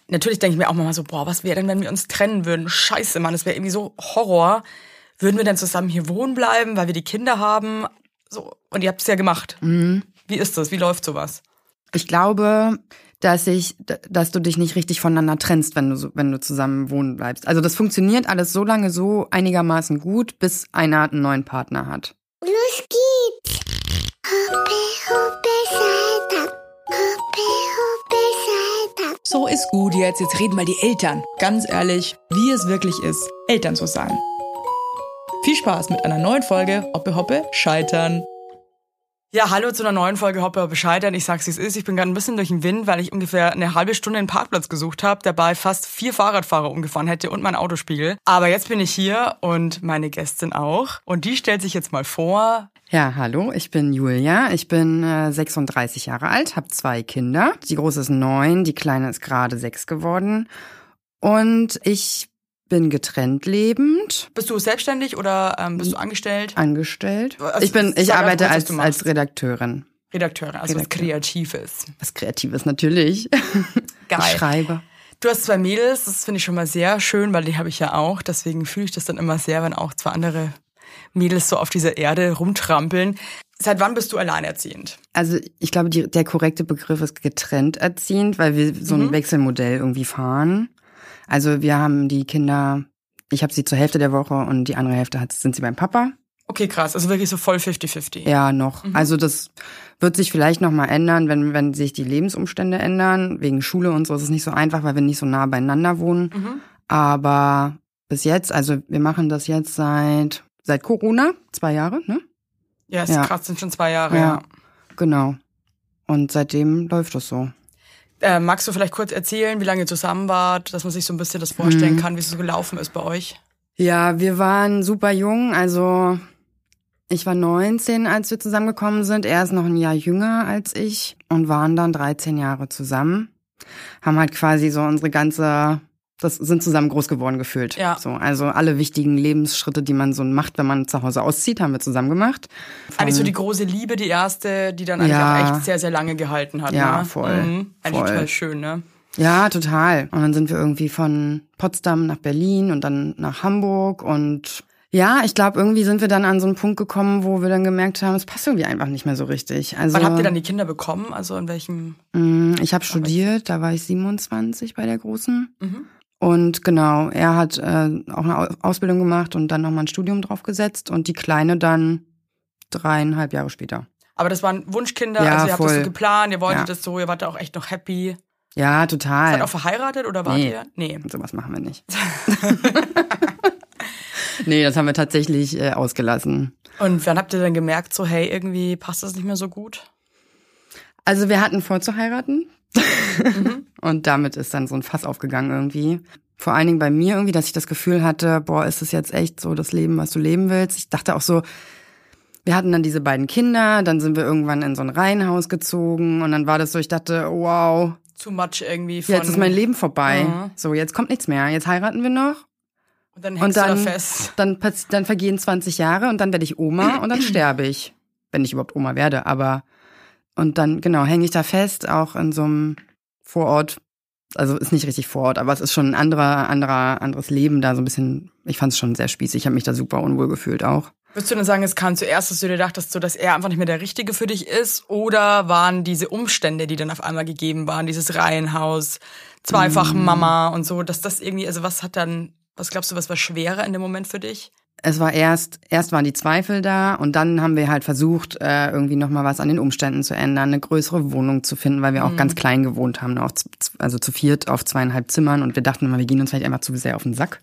natürlich denke ich mir auch mal so, boah, was wäre denn, wenn wir uns trennen würden? Scheiße, Mann, das wäre irgendwie so Horror. Würden wir denn zusammen hier wohnen bleiben, weil wir die Kinder haben? So. Und ihr habt es ja gemacht. Mhm. Wie ist das? Wie läuft sowas? Ich glaube, dass du dich nicht richtig voneinander trennst, wenn du zusammen wohnen bleibst. Also das funktioniert alles so lange so einigermaßen gut, bis einer einen neuen Partner hat. Los geht's! Hoppe, hoppe, Saltag. Hoppe, hoppe, Saltag. So ist gut jetzt. Jetzt reden mal die Eltern. Ganz ehrlich, wie es wirklich ist, Eltern zu sein. Viel Spaß mit einer neuen Folge Hoppe Hoppe Scheitern. Ja, hallo zu einer neuen Folge Hoppe Hoppe Scheitern. Ich sag's, wie es ist. Ich bin gerade ein bisschen durch den Wind, weil ich ungefähr eine halbe Stunde einen Parkplatz gesucht habe, dabei fast 4 Fahrradfahrer umgefahren hätte und mein Autospiegel. Aber jetzt bin ich hier und meine Gästin auch. Und die stellt sich jetzt mal vor. Ja, hallo, ich bin Julia. Ich bin 36 Jahre alt, habe 2 Kinder. Die große ist 9, die kleine ist gerade 6 geworden. Und ich bin getrennt lebend. Bist du selbstständig oder bist du angestellt? Angestellt. Also, Ich arbeite als Redakteurin. Redakteurin, also was Kreatives. Was Kreatives natürlich. Geil. Ich schreibe. Du hast 2 Mädels, das finde ich schon mal sehr schön, weil die habe ich ja auch. Deswegen fühle ich das dann immer sehr, wenn auch 2 andere Mädels so auf dieser Erde rumtrampeln. Seit wann bist du alleinerziehend? Also ich glaube, der korrekte Begriff ist getrennt erziehend, weil wir so ein Wechselmodell irgendwie fahren. Also wir haben die Kinder, ich habe sie zur Hälfte der Woche und die andere Hälfte sind sie beim Papa. Okay, krass, also wirklich so voll 50-50. Ja, noch. Also das wird sich vielleicht noch mal ändern, wenn sich die Lebensumstände ändern. Wegen Schule und so ist es nicht so einfach, weil wir nicht so nah beieinander wohnen. Aber bis jetzt, also wir machen das jetzt seit Corona, 2 Jahre, ne? Ja, ist krass, sind schon 2 Jahre, ja. Genau. Und seitdem läuft das so. Magst du vielleicht kurz erzählen, wie lange ihr zusammen wart, dass man sich so ein bisschen das vorstellen kann, wie es so gelaufen ist bei euch? Ja, wir waren super jung, also ich war 19, als wir zusammengekommen sind. Er ist noch ein Jahr jünger als ich und waren dann 13 Jahre zusammen. Haben halt quasi so sind zusammen groß geworden gefühlt. Ja. So, also alle wichtigen Lebensschritte, die man so macht, wenn man zu Hause auszieht, haben wir zusammen gemacht. Eigentlich so die große Liebe, die erste, die dann eigentlich auch echt sehr, sehr lange gehalten hat. Ja, ne? voll. Eigentlich voll. total schön, ne? Ja, total. Und dann sind wir irgendwie von Potsdam nach Berlin und dann nach Hamburg und ja, ich glaube, irgendwie sind wir dann an so einen Punkt gekommen, wo wir dann gemerkt haben, es passt irgendwie einfach nicht mehr so richtig. Also, wann habt ihr dann die Kinder bekommen? Also in welchem? Ich habe studiert, da war ich 27 bei der Großen. Und genau, er hat auch eine Ausbildung gemacht und dann nochmal ein Studium draufgesetzt und die Kleine dann 3,5 Jahre später. Aber das waren Wunschkinder, Ja, also ihr habt das voll. so geplant, ihr wolltet das so, ihr wart da auch echt noch happy. Ja, total. Seid ihr auch verheiratet oder wart ihr? Nee. Sowas machen wir nicht. Nee, das haben wir tatsächlich ausgelassen. Und wann habt ihr dann gemerkt, so hey, irgendwie passt das nicht mehr so gut? Also wir hatten vor zu heiraten. Und damit ist dann so ein Fass aufgegangen irgendwie. Vor allen Dingen bei mir irgendwie, dass ich das Gefühl hatte, boah, ist das jetzt echt so das Leben, was du leben willst? Ich dachte auch so, wir hatten dann diese beiden Kinder, dann sind wir irgendwann in so ein Reihenhaus gezogen und dann war das so, ich dachte, wow. Too much irgendwie von... Jetzt ist mein Leben vorbei. Ja. So, jetzt kommt nichts mehr. Jetzt heiraten wir noch. Und dann hängst du da fest. Dann vergehen 20 Jahre und dann werde ich Oma und dann sterbe ich. Wenn ich überhaupt Oma werde, aber... Und dann, genau, hänge ich da fest, auch in so einem Vorort. Also ist nicht richtig Vorort, aber es ist schon ein anderes Leben da, so ein bisschen. Ich fand es schon sehr spießig. Ich habe mich da super unwohl gefühlt auch. Würdest du denn sagen, es kam zuerst, dass du dir dachtest, so, dass er einfach nicht mehr der Richtige für dich ist? Oder waren diese Umstände, die dann auf einmal gegeben waren, dieses Reihenhaus, zweifach Mama und so, dass das irgendwie, also was glaubst du, was war schwerer in dem Moment für dich? Es war erst waren die Zweifel da und dann haben wir halt versucht, irgendwie nochmal was an den Umständen zu ändern, eine größere Wohnung zu finden, weil wir auch ganz klein gewohnt haben, auch also zu viert auf 2,5 Zimmern und wir dachten immer, wir gehen uns vielleicht einfach zu sehr auf den Sack.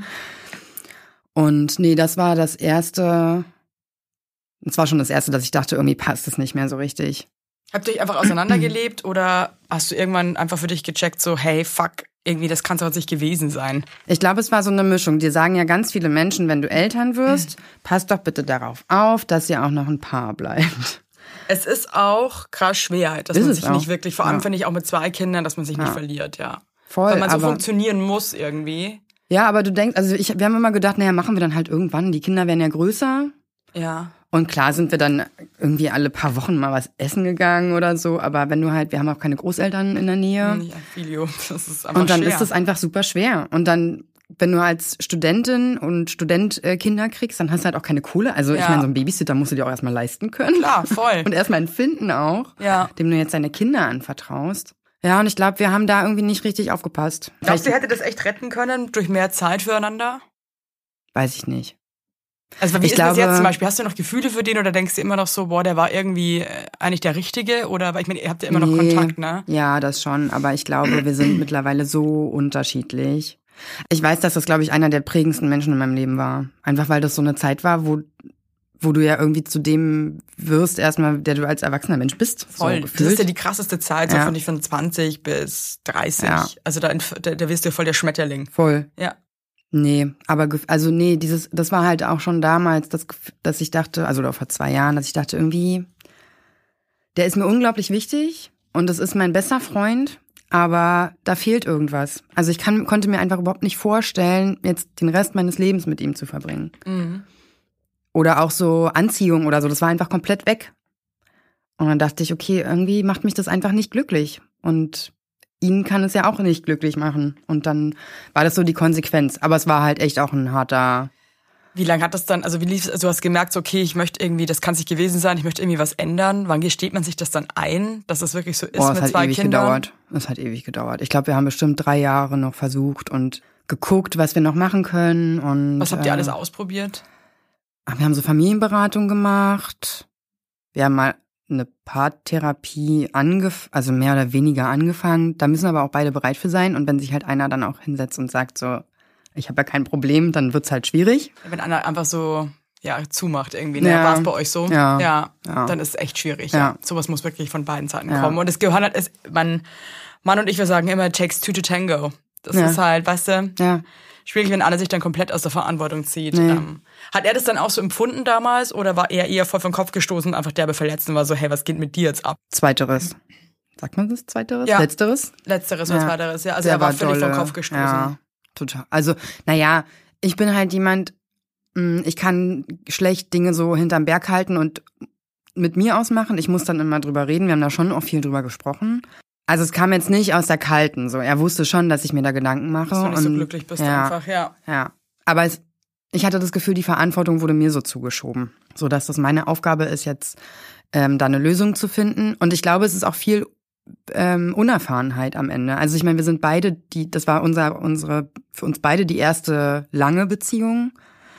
Und nee, das war das Erste, dass ich dachte, irgendwie passt es nicht mehr so richtig. Habt ihr euch einfach auseinandergelebt oder hast du irgendwann einfach für dich gecheckt, so hey, fuck, irgendwie, das kann es doch nicht gewesen sein? Ich glaube, es war so eine Mischung. Dir sagen ja ganz viele Menschen, wenn du Eltern wirst, pass doch bitte darauf auf, dass ihr auch noch ein Paar bleibt. Es ist auch krass schwer, dass man sich nicht wirklich, vor allem finde ich auch mit 2 Kindern, dass man sich nicht verliert, ja. Voll, weil man so funktionieren muss irgendwie. Ja, aber du denkst, also wir haben immer gedacht, naja, machen wir dann halt irgendwann. Die Kinder werden ja größer. Ja. Und klar sind wir dann irgendwie alle paar Wochen mal was essen gegangen oder so. Aber wenn du halt, wir haben auch keine Großeltern in der Nähe. Ja, Filio, das ist einfach Und dann schwer. ist das einfach super schwer. Und dann, wenn du als Studentin und Student Kinder kriegst, dann hast du halt auch keine Kohle. Also ich Ja. meine, so ein Babysitter musst du dir auch erstmal leisten können. Klar, voll. Und erstmal empfinden auch, Ja. dem du jetzt deine Kinder anvertraust. Ja, und ich glaube, wir haben da irgendwie nicht richtig aufgepasst. Glaubst du, ihr hättet das echt retten können durch mehr Zeit füreinander? Weiß ich nicht. Also wie Ich ist das glaube- jetzt zum Beispiel? Hast du noch Gefühle für den oder denkst du immer noch so, boah, der war irgendwie eigentlich der Richtige? Oder, weil ich meine, ihr habt ja immer noch Nee. Kontakt, ne? Ja, das schon. Aber ich glaube, wir sind mittlerweile so unterschiedlich. Ich weiß, dass das, glaube ich, einer der prägendsten Menschen in meinem Leben war. Einfach weil das so eine Zeit war, wo du ja irgendwie zu dem wirst, erstmal, der du als erwachsener Mensch bist. Voll. So Das gefühlt. ist ja die krasseste Zeit, so Ja. finde ich, von 20 bis 30. Ja. Also da wirst du ja voll der Schmetterling. Voll. Ja. Nee, aber das war halt auch schon damals, dass ich dachte, also oder vor 2 Jahren, dass ich dachte irgendwie, der ist mir unglaublich wichtig und das ist mein bester Freund, aber da fehlt irgendwas. Also ich konnte mir einfach überhaupt nicht vorstellen, jetzt den Rest meines Lebens mit ihm zu verbringen. Mhm. Oder auch so Anziehung oder so, das war einfach komplett weg. Und dann dachte ich, okay, irgendwie macht mich das einfach nicht glücklich. Und ihn kann es ja auch nicht glücklich machen. Und dann war das so die Konsequenz. Aber es war halt echt auch ein harter... Wie lange hat das dann, also wie lief es, also du hast gemerkt, so, okay, ich möchte irgendwie, das kann es nicht gewesen sein, ich möchte irgendwie was ändern. Wann gesteht man sich das dann ein, dass das wirklich so ist Boah, es mit hat 2 ewig Kindern? gedauert. Es hat ewig gedauert. Ich glaube, wir haben bestimmt 3 Jahre noch versucht und geguckt, was wir noch machen können. Und Was habt ihr alles ausprobiert? wir haben so Familienberatung gemacht. Wir haben mal eine Paartherapie also mehr oder weniger angefangen. Da müssen aber auch beide bereit für sein. Und wenn sich halt einer dann auch hinsetzt und sagt so, ich habe ja kein Problem, dann wird's halt schwierig. Wenn einer einfach so, ja, zumacht irgendwie, ne? Ja. War es bei euch so? Ja. Ja. Ja. Dann ist es echt schwierig, Ja. ja. Sowas muss wirklich von beiden Seiten Ja. kommen. Und es gehört halt, Mann und ich, wir sagen immer, it takes 2 to tango. Das Ja. ist halt, weißt du, Ja. schwierig, wenn einer sich dann komplett aus der Verantwortung zieht. Nee. Hat er das dann auch so empfunden damals oder war er eher voll vom Kopf gestoßen, einfach derbe verletzt und war so, hey, was geht mit dir jetzt ab? Zweiteres. Sagt man das? Zweiteres? Ja. Letzteres? Letzteres, Ja. was weiteres, ja. Also Der er war völlig vom dolle. Kopf gestoßen. Ja, total. Also, naja, ich bin halt jemand, ich kann schlecht Dinge so hinterm Berg halten und mit mir ausmachen. Ich muss dann immer drüber reden. Wir haben da schon auch viel drüber gesprochen. Also es kam jetzt nicht aus der Kalten. So, er wusste schon, dass ich mir da Gedanken mache. Dass du nicht so und, glücklich bist ja, einfach, ja. Ja, aber ich hatte das Gefühl, die Verantwortung wurde mir so zugeschoben, so dass das meine Aufgabe ist, jetzt da eine Lösung zu finden. Und ich glaube, es ist auch viel Unerfahrenheit am Ende. Also ich meine, wir sind beide das war für uns beide die erste lange Beziehung.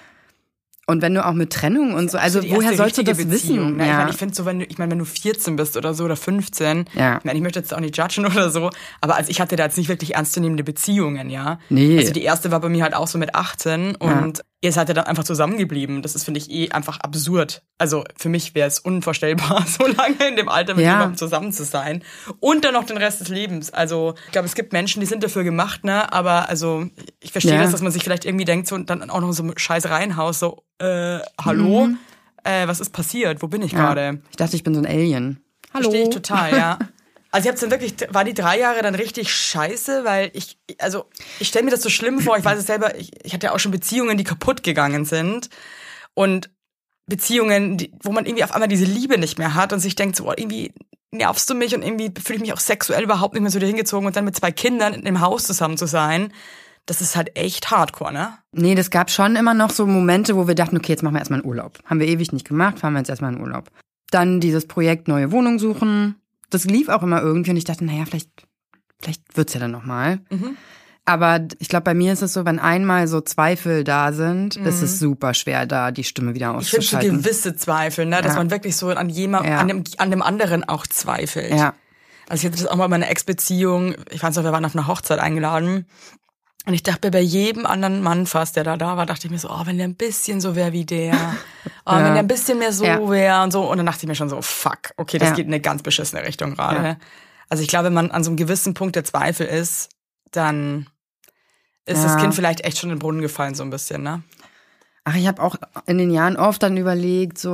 Und wenn du auch mit Trennung und so, also Die woher erste sollst du das richtige Beziehung, wissen? ne? Ich finde so, wenn du 14 bist oder so oder 15, Ja. ich meine, ich möchte jetzt auch nicht judgen oder so, aber also ich hatte da jetzt nicht wirklich ernstzunehmende Beziehungen, ja. Nee. Also die erste war bei mir halt auch so mit 18 und ihr seid ja dann einfach zusammengeblieben. Das ist, finde ich, einfach absurd. Also für mich wäre es unvorstellbar, so lange in dem Alter mit jemandem zusammen zu sein und dann noch den Rest des Lebens. Also ich glaube, es gibt Menschen, die sind dafür gemacht, ne? Aber also ich verstehe das, dass man sich vielleicht irgendwie denkt so und dann auch noch so Scheiß reinhaust, so hallo, was ist passiert? Wo bin ich gerade? Ich dachte, ich bin so ein Alien. Hallo. Verstehe ich total, ja. Also ihr habt dann wirklich, war die 3 Jahre dann richtig scheiße, weil ich stelle mir das so schlimm vor, ich weiß es selber, ich hatte ja auch schon Beziehungen, die kaputt gegangen sind und Beziehungen, wo man irgendwie auf einmal diese Liebe nicht mehr hat und sich denkt so, oh, irgendwie nervst du mich und irgendwie fühle ich mich auch sexuell überhaupt nicht mehr so dahin gezogen und dann mit 2 Kindern in dem Haus zusammen zu sein, das ist halt echt hardcore, ne? Nee, das gab schon immer noch so Momente, wo wir dachten, okay, jetzt machen wir erstmal einen Urlaub. Haben wir ewig nicht gemacht, fahren wir jetzt erstmal in Urlaub. Dann dieses Projekt neue Wohnung suchen. Das lief auch immer irgendwie und ich dachte, naja, vielleicht wird's ja dann nochmal. Mhm. Aber ich glaube, bei mir ist es so, wenn einmal so Zweifel da sind, ist es super schwer, da die Stimme wieder Ich finde so auszuschalten. gewisse Zweifel, ne? Dass man wirklich so an jemandem, an dem anderen auch zweifelt. Ja. Also ich hatte das auch mal in meiner Ex-Beziehung, ich weiß noch, wir waren auf einer Hochzeit eingeladen und ich dachte mir bei jedem anderen Mann fast, der da war, dachte ich mir so, oh, wenn der ein bisschen so wäre wie der, oh, wenn der ein bisschen mehr so wäre und so. Und dann dachte ich mir schon so, fuck, okay, das geht in eine ganz beschissene Richtung gerade. Ja. Also ich glaube, wenn man an so einem gewissen Punkt der Zweifel ist, dann ist das Kind vielleicht echt schon in den Brunnen gefallen, so ein bisschen, ne? Ach, ich habe auch in den Jahren oft dann überlegt, so,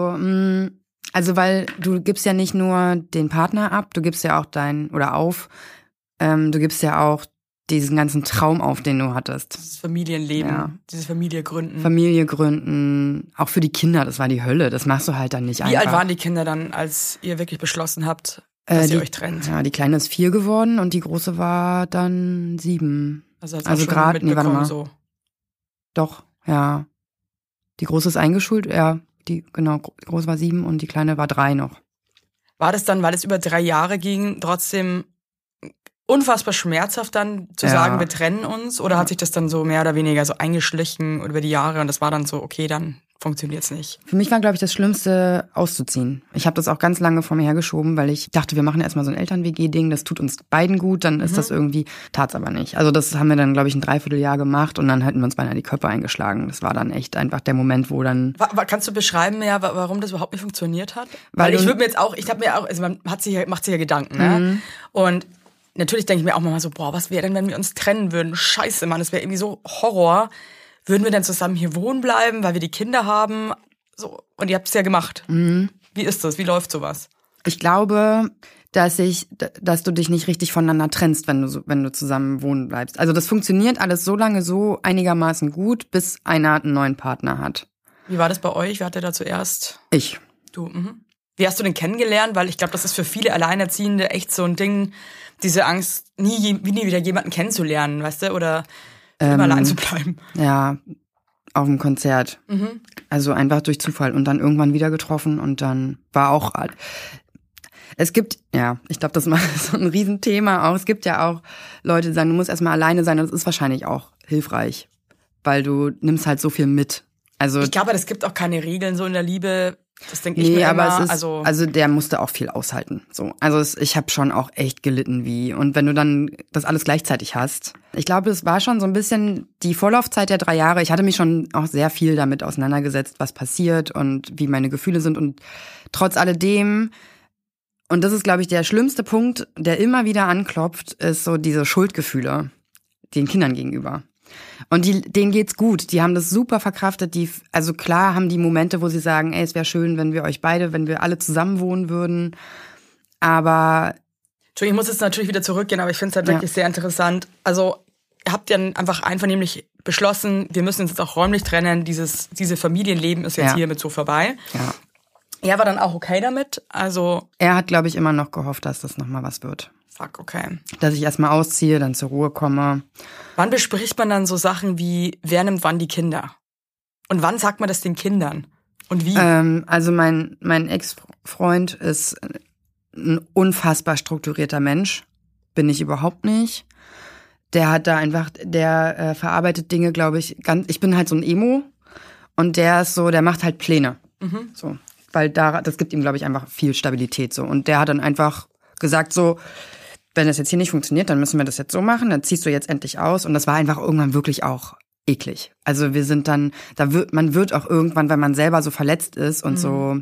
also weil du gibst ja nicht nur den Partner ab, du gibst ja auch du gibst ja auch diesen ganzen Traum auf, den du hattest. Das Familienleben, dieses Familie gründen. Familie gründen, auch für die Kinder, das war die Hölle. Das machst du halt dann nicht einfach. Wie alt waren die Kinder dann, als ihr wirklich beschlossen habt, dass ihr euch trennt? Ja, die Kleine ist 4 geworden und die Große war dann 7. Also gerade, warte mal. So. Doch, ja. Die Große ist eingeschult, die Große war 7 und die Kleine war 3 noch. War das dann, weil es über 3 Jahre ging, trotzdem unfassbar schmerzhaft dann zu sagen, wir trennen uns? Oder hat sich das dann so mehr oder weniger so eingeschlichen über die Jahre und das war dann so, okay, dann funktioniert's nicht? Für mich war, glaube ich, das Schlimmste, auszuziehen. Ich habe das auch ganz lange vor mir hergeschoben, weil ich dachte, wir machen erstmal so ein Eltern-WG-Ding, das tut uns beiden gut, dann ist das irgendwie, tat's aber nicht. Also das haben wir dann, glaube ich, ein Dreivierteljahr gemacht und dann hätten wir uns beinahe die Köpfe eingeschlagen. Das war dann echt einfach der Moment, wo dann... Kannst du beschreiben mehr, warum das überhaupt nicht funktioniert hat? Weil ich würde mir jetzt auch, also man macht sich ja Gedanken, ne? Und natürlich denke ich mir auch mal so, was wäre denn, wenn wir uns trennen würden? Scheiße, Mann, das wäre irgendwie so Horror. Würden wir denn zusammen hier wohnen bleiben, weil wir die Kinder haben? So, und ihr habt es ja gemacht. Wie ist das? Wie läuft sowas? Ich glaube, dass du dich nicht richtig voneinander trennst, wenn du zusammen wohnen bleibst. Also das funktioniert alles so lange so einigermaßen gut, bis einer einen neuen Partner hat. Wie war das bei euch? Wer hatte da zuerst? Ich. Du, Wie hast du den kennengelernt? Weil ich glaube, das ist für viele Alleinerziehende echt so ein Ding, diese Angst, nie wieder jemanden kennenzulernen, weißt du? Oder immer allein zu bleiben. Ja, auf dem Konzert. Also einfach durch Zufall und dann irgendwann wieder getroffen und dann war auch... Es gibt, ich glaube, das ist so ein Riesenthema auch. Es gibt ja auch Leute, die sagen, du musst erstmal alleine sein und das ist wahrscheinlich auch hilfreich, weil du nimmst halt so viel mit. Also ich glaube, es gibt auch keine Regeln so in der Liebe. Das denke ich mir aber immer. es ist, also der musste auch viel aushalten. So, also ich habe schon auch echt gelitten und wenn du dann das alles gleichzeitig hast. Ich glaube, es war schon so ein bisschen die Vorlaufzeit der 3 Jahre. Ich hatte mich schon auch sehr viel damit auseinandergesetzt, was passiert und wie meine Gefühle sind und trotz alledem, und das ist, glaube ich, der schlimmste Punkt, der immer wieder anklopft, ist so diese Schuldgefühle den Kindern gegenüber. Und denen geht's gut. Die haben das super verkraftet. Also klar haben die Momente, wo sie sagen, es wäre schön, wenn wir alle zusammen wohnen würden. Aber ich muss jetzt natürlich wieder zurückgehen, aber ich finde es halt wirklich sehr interessant. Also ihr habt ja einfach einvernehmlich beschlossen, wir müssen uns jetzt auch räumlich trennen. Diese Familienleben ist jetzt hiermit so vorbei. Ja. Er war dann auch okay damit? Also er hat, glaube ich, immer noch gehofft, dass das nochmal was wird. Fuck, okay. Dass ich erstmal ausziehe, dann zur Ruhe komme. Wann bespricht man dann so Sachen wie, wer nimmt wann die Kinder? Und wann sagt man das den Kindern? Und wie? Also mein Ex-Freund ist ein unfassbar strukturierter Mensch. Bin ich überhaupt nicht. Der hat da einfach, der verarbeitet Dinge, glaube ich, ich bin halt so ein Emo. Und der ist so, der macht halt Pläne. So. Weil das gibt ihm, glaube ich, einfach viel Stabilität so. Und der hat dann einfach gesagt so, wenn das jetzt hier nicht funktioniert, dann müssen wir das jetzt so machen, dann ziehst du jetzt endlich aus. Und das war einfach irgendwann wirklich auch eklig. Also wir sind dann, man wird auch irgendwann, wenn man selber so verletzt ist und so,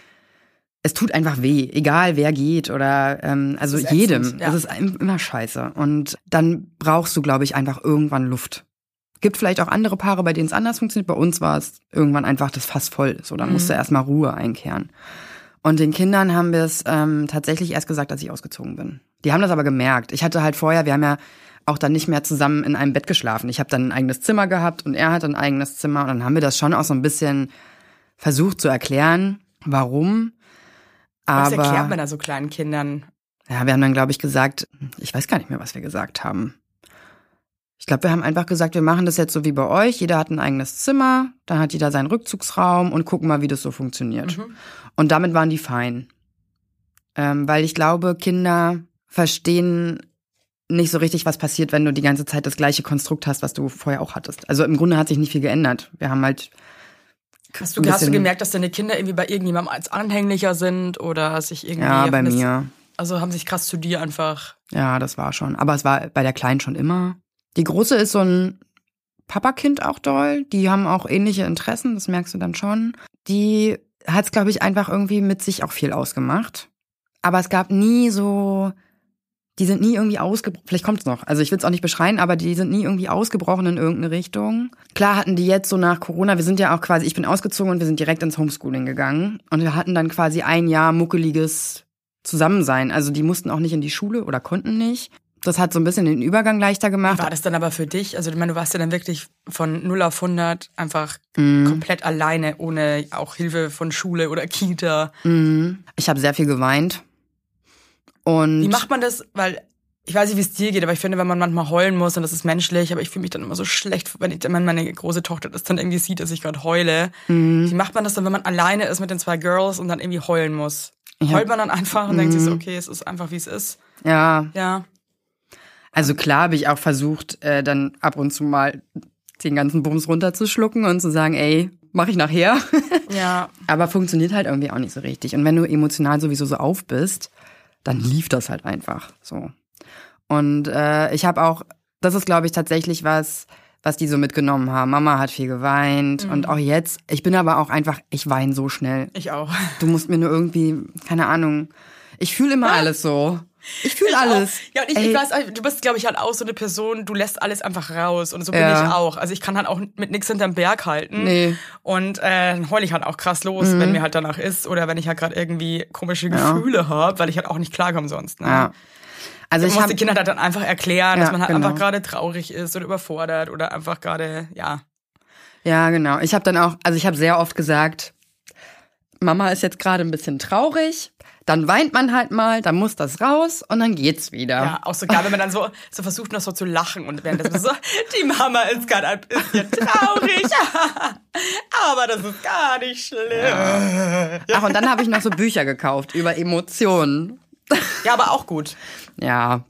es tut einfach weh, egal wer geht oder also jedem. Das ist immer scheiße. Und dann brauchst du, glaube ich, einfach irgendwann Luft. Gibt vielleicht auch andere Paare, bei denen es anders funktioniert. Bei uns war es irgendwann einfach das Fass voll. So, dann musste erstmal Ruhe einkehren. Und den Kindern haben wir es tatsächlich erst gesagt, als ich ausgezogen bin. Die haben das aber gemerkt. Ich hatte halt vorher, wir haben ja auch dann nicht mehr zusammen in einem Bett geschlafen. Ich habe dann ein eigenes Zimmer gehabt und er hatte ein eigenes Zimmer. Und dann haben wir das schon auch so ein bisschen versucht zu erklären, warum. Was erklärt man da so kleinen Kindern? Ja, wir haben dann, glaube ich, gesagt, ich weiß gar nicht mehr, was wir gesagt haben. Ich glaube, wir haben einfach gesagt, wir machen das jetzt so wie bei euch. Jeder hat ein eigenes Zimmer, dann hat jeder seinen Rückzugsraum und gucken mal, wie das so funktioniert. Und damit waren die fein. Weil ich glaube, Kinder verstehen nicht so richtig, was passiert, wenn du die ganze Zeit das gleiche Konstrukt hast, was du vorher auch hattest. Also im Grunde hat sich nicht viel geändert. Wir haben halt... Hast du gemerkt, dass deine Kinder irgendwie bei irgendjemandem als anhänglicher sind oder sich irgendwie... Ja, bei mir. Also haben sich krass zu dir einfach... Ja, das war schon. Aber es war bei der Kleinen schon immer. Die Große ist so ein Papakind auch doll. Die haben auch ähnliche Interessen, das merkst du dann schon. Die hat es, glaube ich, einfach irgendwie mit sich auch viel ausgemacht. Aber es gab nie so, die sind nie irgendwie ausgebrochen, vielleicht kommt es noch, also ich will es auch nicht beschreien, aber die sind nie irgendwie ausgebrochen in irgendeine Richtung. Klar hatten die jetzt so nach Corona, wir sind ja auch quasi, ich bin ausgezogen und wir sind direkt ins Homeschooling gegangen. Und wir hatten dann quasi ein Jahr muckeliges Zusammensein. Also die mussten auch nicht in die Schule oder konnten nicht. Das hat so ein bisschen den Übergang leichter gemacht. War das dann aber für dich? Also ich meine, du warst ja dann wirklich von 0 auf 100 einfach komplett alleine, ohne auch Hilfe von Schule oder Kita. Ich habe sehr viel geweint. Und wie macht man das? Weil ich weiß nicht, wie es dir geht, aber ich finde, wenn man manchmal heulen muss, und das ist menschlich, aber ich fühle mich dann immer so schlecht, wenn meine große Tochter das dann irgendwie sieht, dass ich gerade heule. Wie macht man das dann, wenn man alleine ist mit den 2 Girls und dann irgendwie heulen muss? Heult man dann einfach und denkt sich so, okay, es ist einfach, wie es ist? Ja. Also klar habe ich auch versucht, dann ab und zu mal den ganzen Bums runterzuschlucken und zu sagen, ey, mach ich nachher. Ja. Aber funktioniert halt irgendwie auch nicht so richtig. Und wenn du emotional sowieso so auf bist, dann lief das halt einfach so. Und ich habe auch, das ist glaube ich tatsächlich was die so mitgenommen haben. Mama hat viel geweint und auch jetzt, ich bin aber auch einfach, ich weine so schnell. Ich auch. Du musst mir nur irgendwie, keine Ahnung, ich fühle immer alles so. Ich fühle alles. Auch. Ja, und ich weiß, du bist, glaube ich, halt auch so eine Person, du lässt alles einfach raus. Und so bin ich auch. Also ich kann halt auch mit nichts hinterm Berg halten. Nee. Und dann heule ich halt auch krass los, wenn mir halt danach ist. Oder wenn ich halt gerade irgendwie komische Gefühle habe, weil ich halt auch nicht klarkomme sonst. Ne? Ja. Also ich muss den Kindern halt dann einfach erklären, dass man halt genau. einfach gerade traurig ist oder überfordert oder einfach gerade, ja. Ja, genau. Ich habe dann auch, also ich habe sehr oft gesagt, Mama ist jetzt gerade ein bisschen traurig. Dann weint man halt mal, dann muss das raus und dann geht's wieder. Ja, auch sogar, wenn man dann so versucht, noch so zu lachen und währenddessen so, die Mama ist gerade ein bisschen traurig, aber das ist gar nicht schlimm. Ja. Ach, und dann habe ich noch so Bücher gekauft über Emotionen. Ja, aber auch gut. Ja.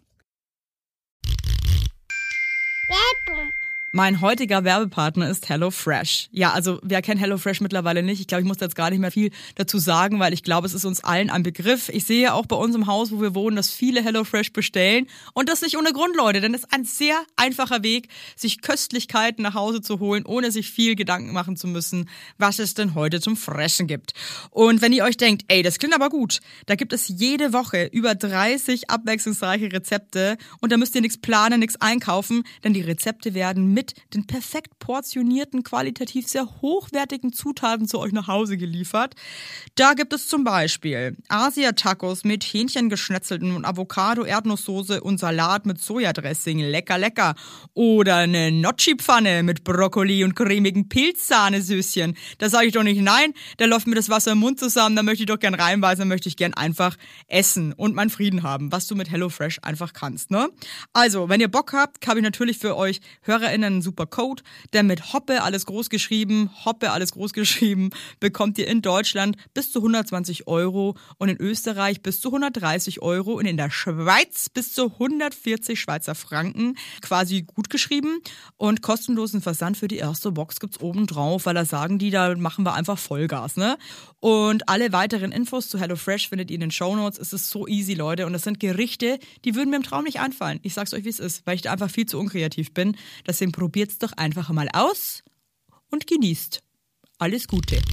Mein heutiger Werbepartner ist HelloFresh. Ja, also wer kennt HelloFresh mittlerweile nicht? Ich glaube, ich muss da jetzt gar nicht mehr viel dazu sagen, weil ich glaube, es ist uns allen ein Begriff. Ich sehe auch bei uns im Haus, wo wir wohnen, dass viele HelloFresh bestellen. Und das nicht ohne Grund, Leute, denn es ist ein sehr einfacher Weg, sich Köstlichkeiten nach Hause zu holen, ohne sich viel Gedanken machen zu müssen, was es denn heute zum Fressen gibt. Und wenn ihr euch denkt, ey, das klingt aber gut, da gibt es jede Woche über 30 abwechslungsreiche Rezepte und da müsst ihr nichts planen, nichts einkaufen, denn die Rezepte werden mit den perfekt portionierten, qualitativ sehr hochwertigen Zutaten zu euch nach Hause geliefert. Da gibt es zum Beispiel Asia-Tacos mit Hähnchengeschnetzelten und Avocado-Erdnusssoße und Salat mit Sojadressing. Lecker, lecker. Oder eine Gnocchi-Pfanne mit Brokkoli und cremigen Pilzsahnesüßchen. Da sage ich doch nicht nein, da läuft mir das Wasser im Mund zusammen, da möchte ich doch gern reinbeißen, da möchte ich gern einfach essen und meinen Frieden haben, was du mit HelloFresh einfach kannst, ne? Also, wenn ihr Bock habt, habe ich natürlich für euch HörerInnen einen super Code, der mit Hoppe alles groß geschrieben, bekommt ihr in Deutschland bis zu 120 € und in Österreich bis zu 130 € und in der Schweiz bis zu 140 Schweizer Franken, quasi gut geschrieben, und kostenlosen Versand für die erste Box gibt's oben drauf, weil da sagen die, da machen wir einfach Vollgas, ne? Und alle weiteren Infos zu HelloFresh findet ihr in den Shownotes. Es ist so easy, Leute, und das sind Gerichte, die würden mir im Traum nicht einfallen. Ich sag's euch, wie es ist, weil ich da einfach viel zu unkreativ bin. Deswegen probiert's doch einfach mal aus und genießt. Alles Gute.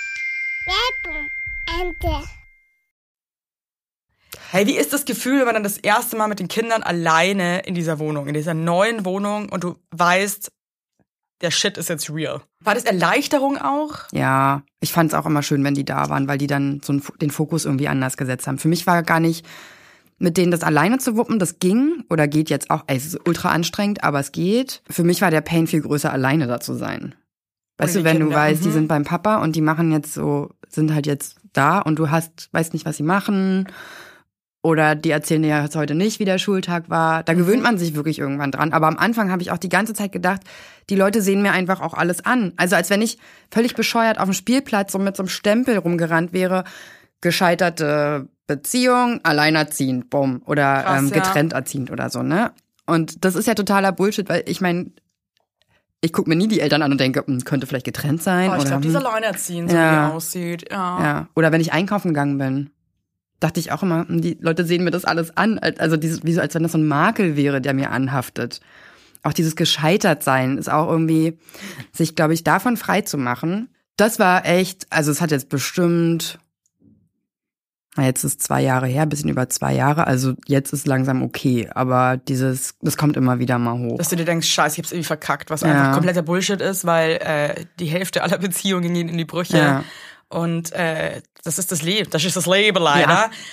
Hey, wie ist das Gefühl, wenn man dann das erste Mal mit den Kindern alleine in dieser Wohnung, in dieser neuen Wohnung, und du weißt, der Shit ist jetzt real? War das Erleichterung auch? Ja, ich fand's auch immer schön, wenn die da waren, weil die dann so den Fokus irgendwie anders gesetzt haben. Für mich war gar nicht, mit denen das alleine zu wuppen, das ging oder geht jetzt auch. Es ist ultra anstrengend, aber es geht. Für mich war der Pain viel größer, alleine da zu sein. Weißt du, wenn du weißt, die sind beim Papa und die machen jetzt so, sind halt jetzt da und du weißt nicht, was sie machen. Oder die erzählen dir jetzt heute nicht, wie der Schultag war. Da gewöhnt man sich wirklich irgendwann dran. Aber am Anfang habe ich auch die ganze Zeit gedacht, die Leute sehen mir einfach auch alles an. Also als wenn ich völlig bescheuert auf dem Spielplatz so mit so einem Stempel rumgerannt wäre. Gescheiterte Beziehung, alleinerziehend, bumm. Oder krass, getrennt erziehend oder so, ne? Und das ist ja totaler Bullshit, weil ich meine, ich gucke mir nie die Eltern an und denke, könnte vielleicht getrennt sein. Ich glaube, die ist alleinerziehend, so wie die aussieht. Ja. Oder wenn ich einkaufen gegangen bin, dachte ich auch immer, die Leute sehen mir das alles an. Also wie so, als wenn das so ein Makel wäre, der mir anhaftet. Auch dieses Gescheitertsein ist auch irgendwie, sich, glaube ich, davon frei zu machen. Das war echt, also es hat jetzt bestimmt, jetzt ist 2 Jahre her, ein bisschen über 2 Jahre, also jetzt ist langsam okay, aber das kommt immer wieder mal hoch. Dass du dir denkst, scheiße, ich hab's irgendwie verkackt, was einfach kompletter Bullshit ist, weil die Hälfte aller Beziehungen gehen in die Brüche. Ja. Und das ist das Leben leider. Ja.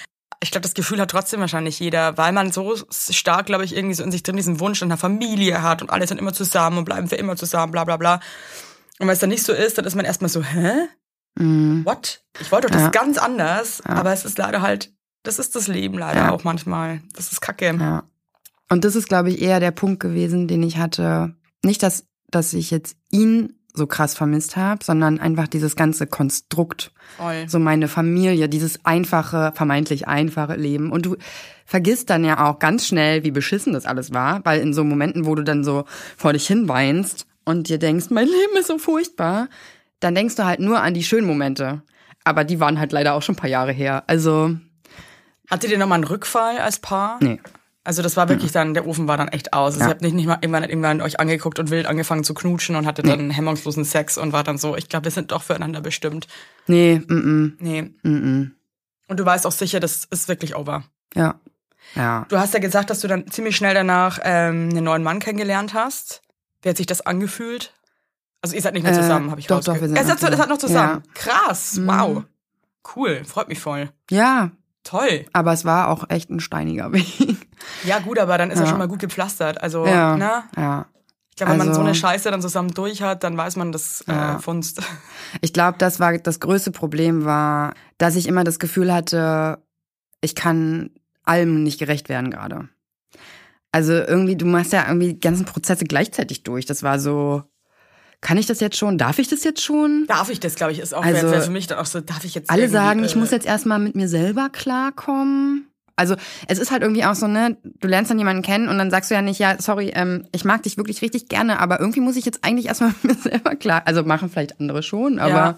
ich glaube, das Gefühl hat trotzdem wahrscheinlich jeder, weil man so stark, glaube ich, irgendwie so in sich drin diesen Wunsch in einer Familie hat und alle sind immer zusammen und bleiben für immer zusammen, bla bla bla. Und wenn es dann nicht so ist, dann ist man erstmal so, hä? What? Ich wollte doch das ganz anders, aber es ist leider halt, das ist das Leben leider auch manchmal. Das ist Kacke. Ja. Und das ist, glaube ich, eher der Punkt gewesen, den ich hatte. Nicht, dass ich jetzt ihn so krass vermisst habe, sondern einfach dieses ganze Konstrukt. Voll. So meine Familie, dieses einfache, vermeintlich einfache Leben. Und du vergisst dann ja auch ganz schnell, wie beschissen das alles war, weil in so Momenten, wo du dann so vor dich hin weinst und dir denkst, mein Leben ist so furchtbar, dann denkst du halt nur an die schönen Momente. Aber die waren halt leider auch schon ein paar Jahre her. Also. Hattet ihr nochmal einen Rückfall als Paar? Nee. Also das war wirklich dann, der Ofen war dann echt aus. Also ihr habt nicht mal irgendwann euch angeguckt und wild angefangen zu knutschen und hattet dann hemmungslosen Sex und war dann so, ich glaube, wir sind doch füreinander bestimmt. Nee, Nee. Und du weißt auch sicher, das ist wirklich over. Ja. Ja. Du hast ja gesagt, dass du dann ziemlich schnell danach einen neuen Mann kennengelernt hast. Wie hat sich das angefühlt? Also ihr seid nicht mehr zusammen, habe ich rausgehört. Doch, wir sind Ihr seid noch zusammen. Ja. Krass, wow. Cool, freut mich voll. Ja. Toll. Aber es war auch echt ein steiniger Weg. Ja gut, aber dann ist er schon mal gut gepflastert. Also, Ja. ne? Ja. Ich glaube, wenn man Also- so eine Scheiße dann zusammen durch hat, dann weiß man das Funst. Ich glaube, das größte Problem war, dass ich immer das Gefühl hatte, ich kann allem nicht gerecht werden gerade. Also irgendwie, du machst ja irgendwie die ganzen Prozesse gleichzeitig durch. Das war so, kann ich das jetzt schon? Darf ich das jetzt schon? Darf ich das, glaube ich, ist auch Also, wär für mich dann auch so, darf ich jetzt Alle irgendwie, sagen, ich muss jetzt erstmal mit mir selber klarkommen. Also es ist halt irgendwie auch so, ne, du lernst dann jemanden kennen und dann sagst du ja nicht, ja, sorry, ich mag dich wirklich richtig gerne, aber irgendwie muss ich jetzt eigentlich erstmal mit mir selber klar. Also machen vielleicht andere schon, aber Ja.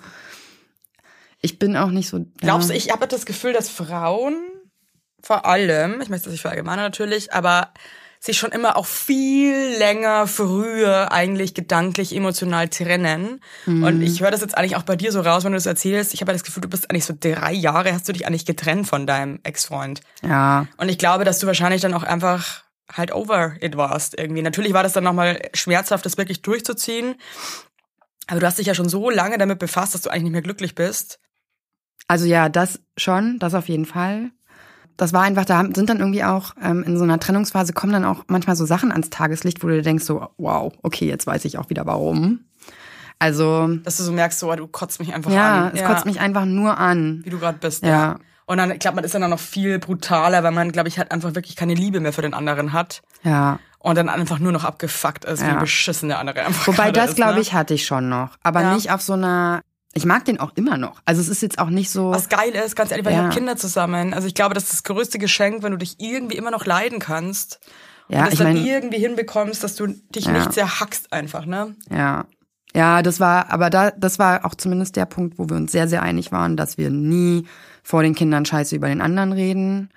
ich bin auch nicht so. Glaubst du, ich habe das Gefühl, dass Frauen vor allem, ich möchte das nicht verallgemeinern natürlich, aber sich schon immer auch viel länger früher eigentlich gedanklich, emotional trennen. Und ich höre das jetzt eigentlich auch bei dir so raus, wenn du das erzählst. Ich habe ja das Gefühl, du bist eigentlich so 3 Jahre, hast du dich eigentlich getrennt von deinem Ex-Freund. Ja. Und ich glaube, dass du wahrscheinlich dann auch einfach halt over it warst irgendwie. Natürlich war das dann nochmal schmerzhaft, das wirklich durchzuziehen. Aber du hast dich ja schon so lange damit befasst, dass du eigentlich nicht mehr glücklich bist. Also ja, das schon, das auf jeden Fall. Das war einfach, da sind dann irgendwie auch in so einer Trennungsphase kommen dann auch manchmal so Sachen ans Tageslicht, wo du dir denkst so, wow, okay, jetzt weiß ich auch wieder warum. Also Dass du so merkst, so, du kotzt mich einfach ja, an. es kotzt mich einfach nur an. Wie du gerade bist. Ja. Und dann, ich glaube, man ist dann noch viel brutaler, weil man, glaube ich, halt einfach wirklich keine Liebe mehr für den anderen hat. Ja. Und dann einfach nur noch abgefuckt ist, wie beschissen der andere einfach Wobei gerade das, ist, glaube ne? ich, hatte ich schon noch. Aber nicht auf so einer. Ich mag den auch immer noch. Also es ist jetzt auch nicht so. Was geil ist, ganz ehrlich, weil ich Ja. habe Kinder zusammen. Also ich glaube, das ist das größte Geschenk, wenn du dich irgendwie immer noch leiden kannst. Ja, und es ich dann meine. irgendwie hinbekommst, dass du dich nicht sehr hackst einfach, ne? Ja. Ja, das war auch zumindest der Punkt, wo wir uns sehr, sehr einig waren, dass wir nie vor den Kindern Scheiße über den anderen reden.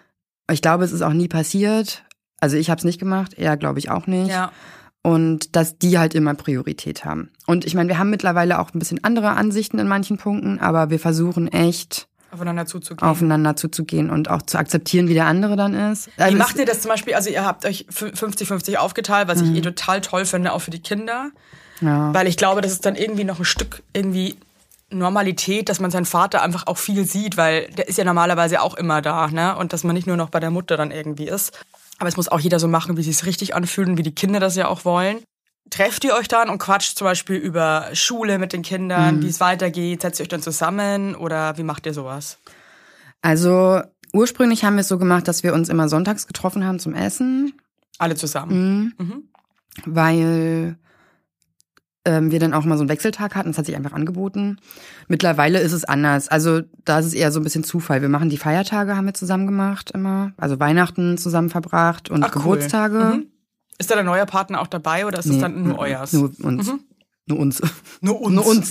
Ich glaube, es ist auch nie passiert. Also ich habe es nicht gemacht, er glaube ich auch nicht. Ja. Und dass die halt immer Priorität haben. Und ich meine, wir haben mittlerweile auch ein bisschen andere Ansichten in manchen Punkten, aber wir versuchen echt Aufeinander zuzugehen. aufeinander zuzugehen und auch zu akzeptieren, wie der andere dann ist. Also Wie macht ihr das zum Beispiel? Also ihr habt euch 50-50 aufgeteilt, was ich total toll finde, auch für die Kinder. Ja. Weil ich glaube, das ist dann irgendwie noch ein Stück irgendwie Normalität, dass man seinen Vater einfach auch viel sieht, weil der ist ja normalerweise auch immer da, ne? Und dass man nicht nur noch bei der Mutter dann irgendwie ist. Aber es muss auch jeder so machen, wie sie es richtig anfühlen, wie die Kinder das ja auch wollen. Trefft ihr euch dann und quatscht zum Beispiel über Schule mit den Kindern, wie es weitergeht? Setzt ihr euch dann zusammen oder wie macht ihr sowas? Also ursprünglich haben wir es so gemacht, dass wir uns immer sonntags getroffen haben zum Essen, Alle zusammen. weil wir dann auch mal so einen Wechseltag hatten. Das hat sich einfach angeboten. Mittlerweile ist es anders. Also da ist es eher so ein bisschen Zufall. Wir machen die Feiertage, haben wir zusammen gemacht immer. Also Weihnachten zusammen verbracht und Ach, cool. Geburtstage. Ist da der neue Partner auch dabei oder ist das dann nur euers? Nur uns. Nur uns. Nur uns. Nur uns.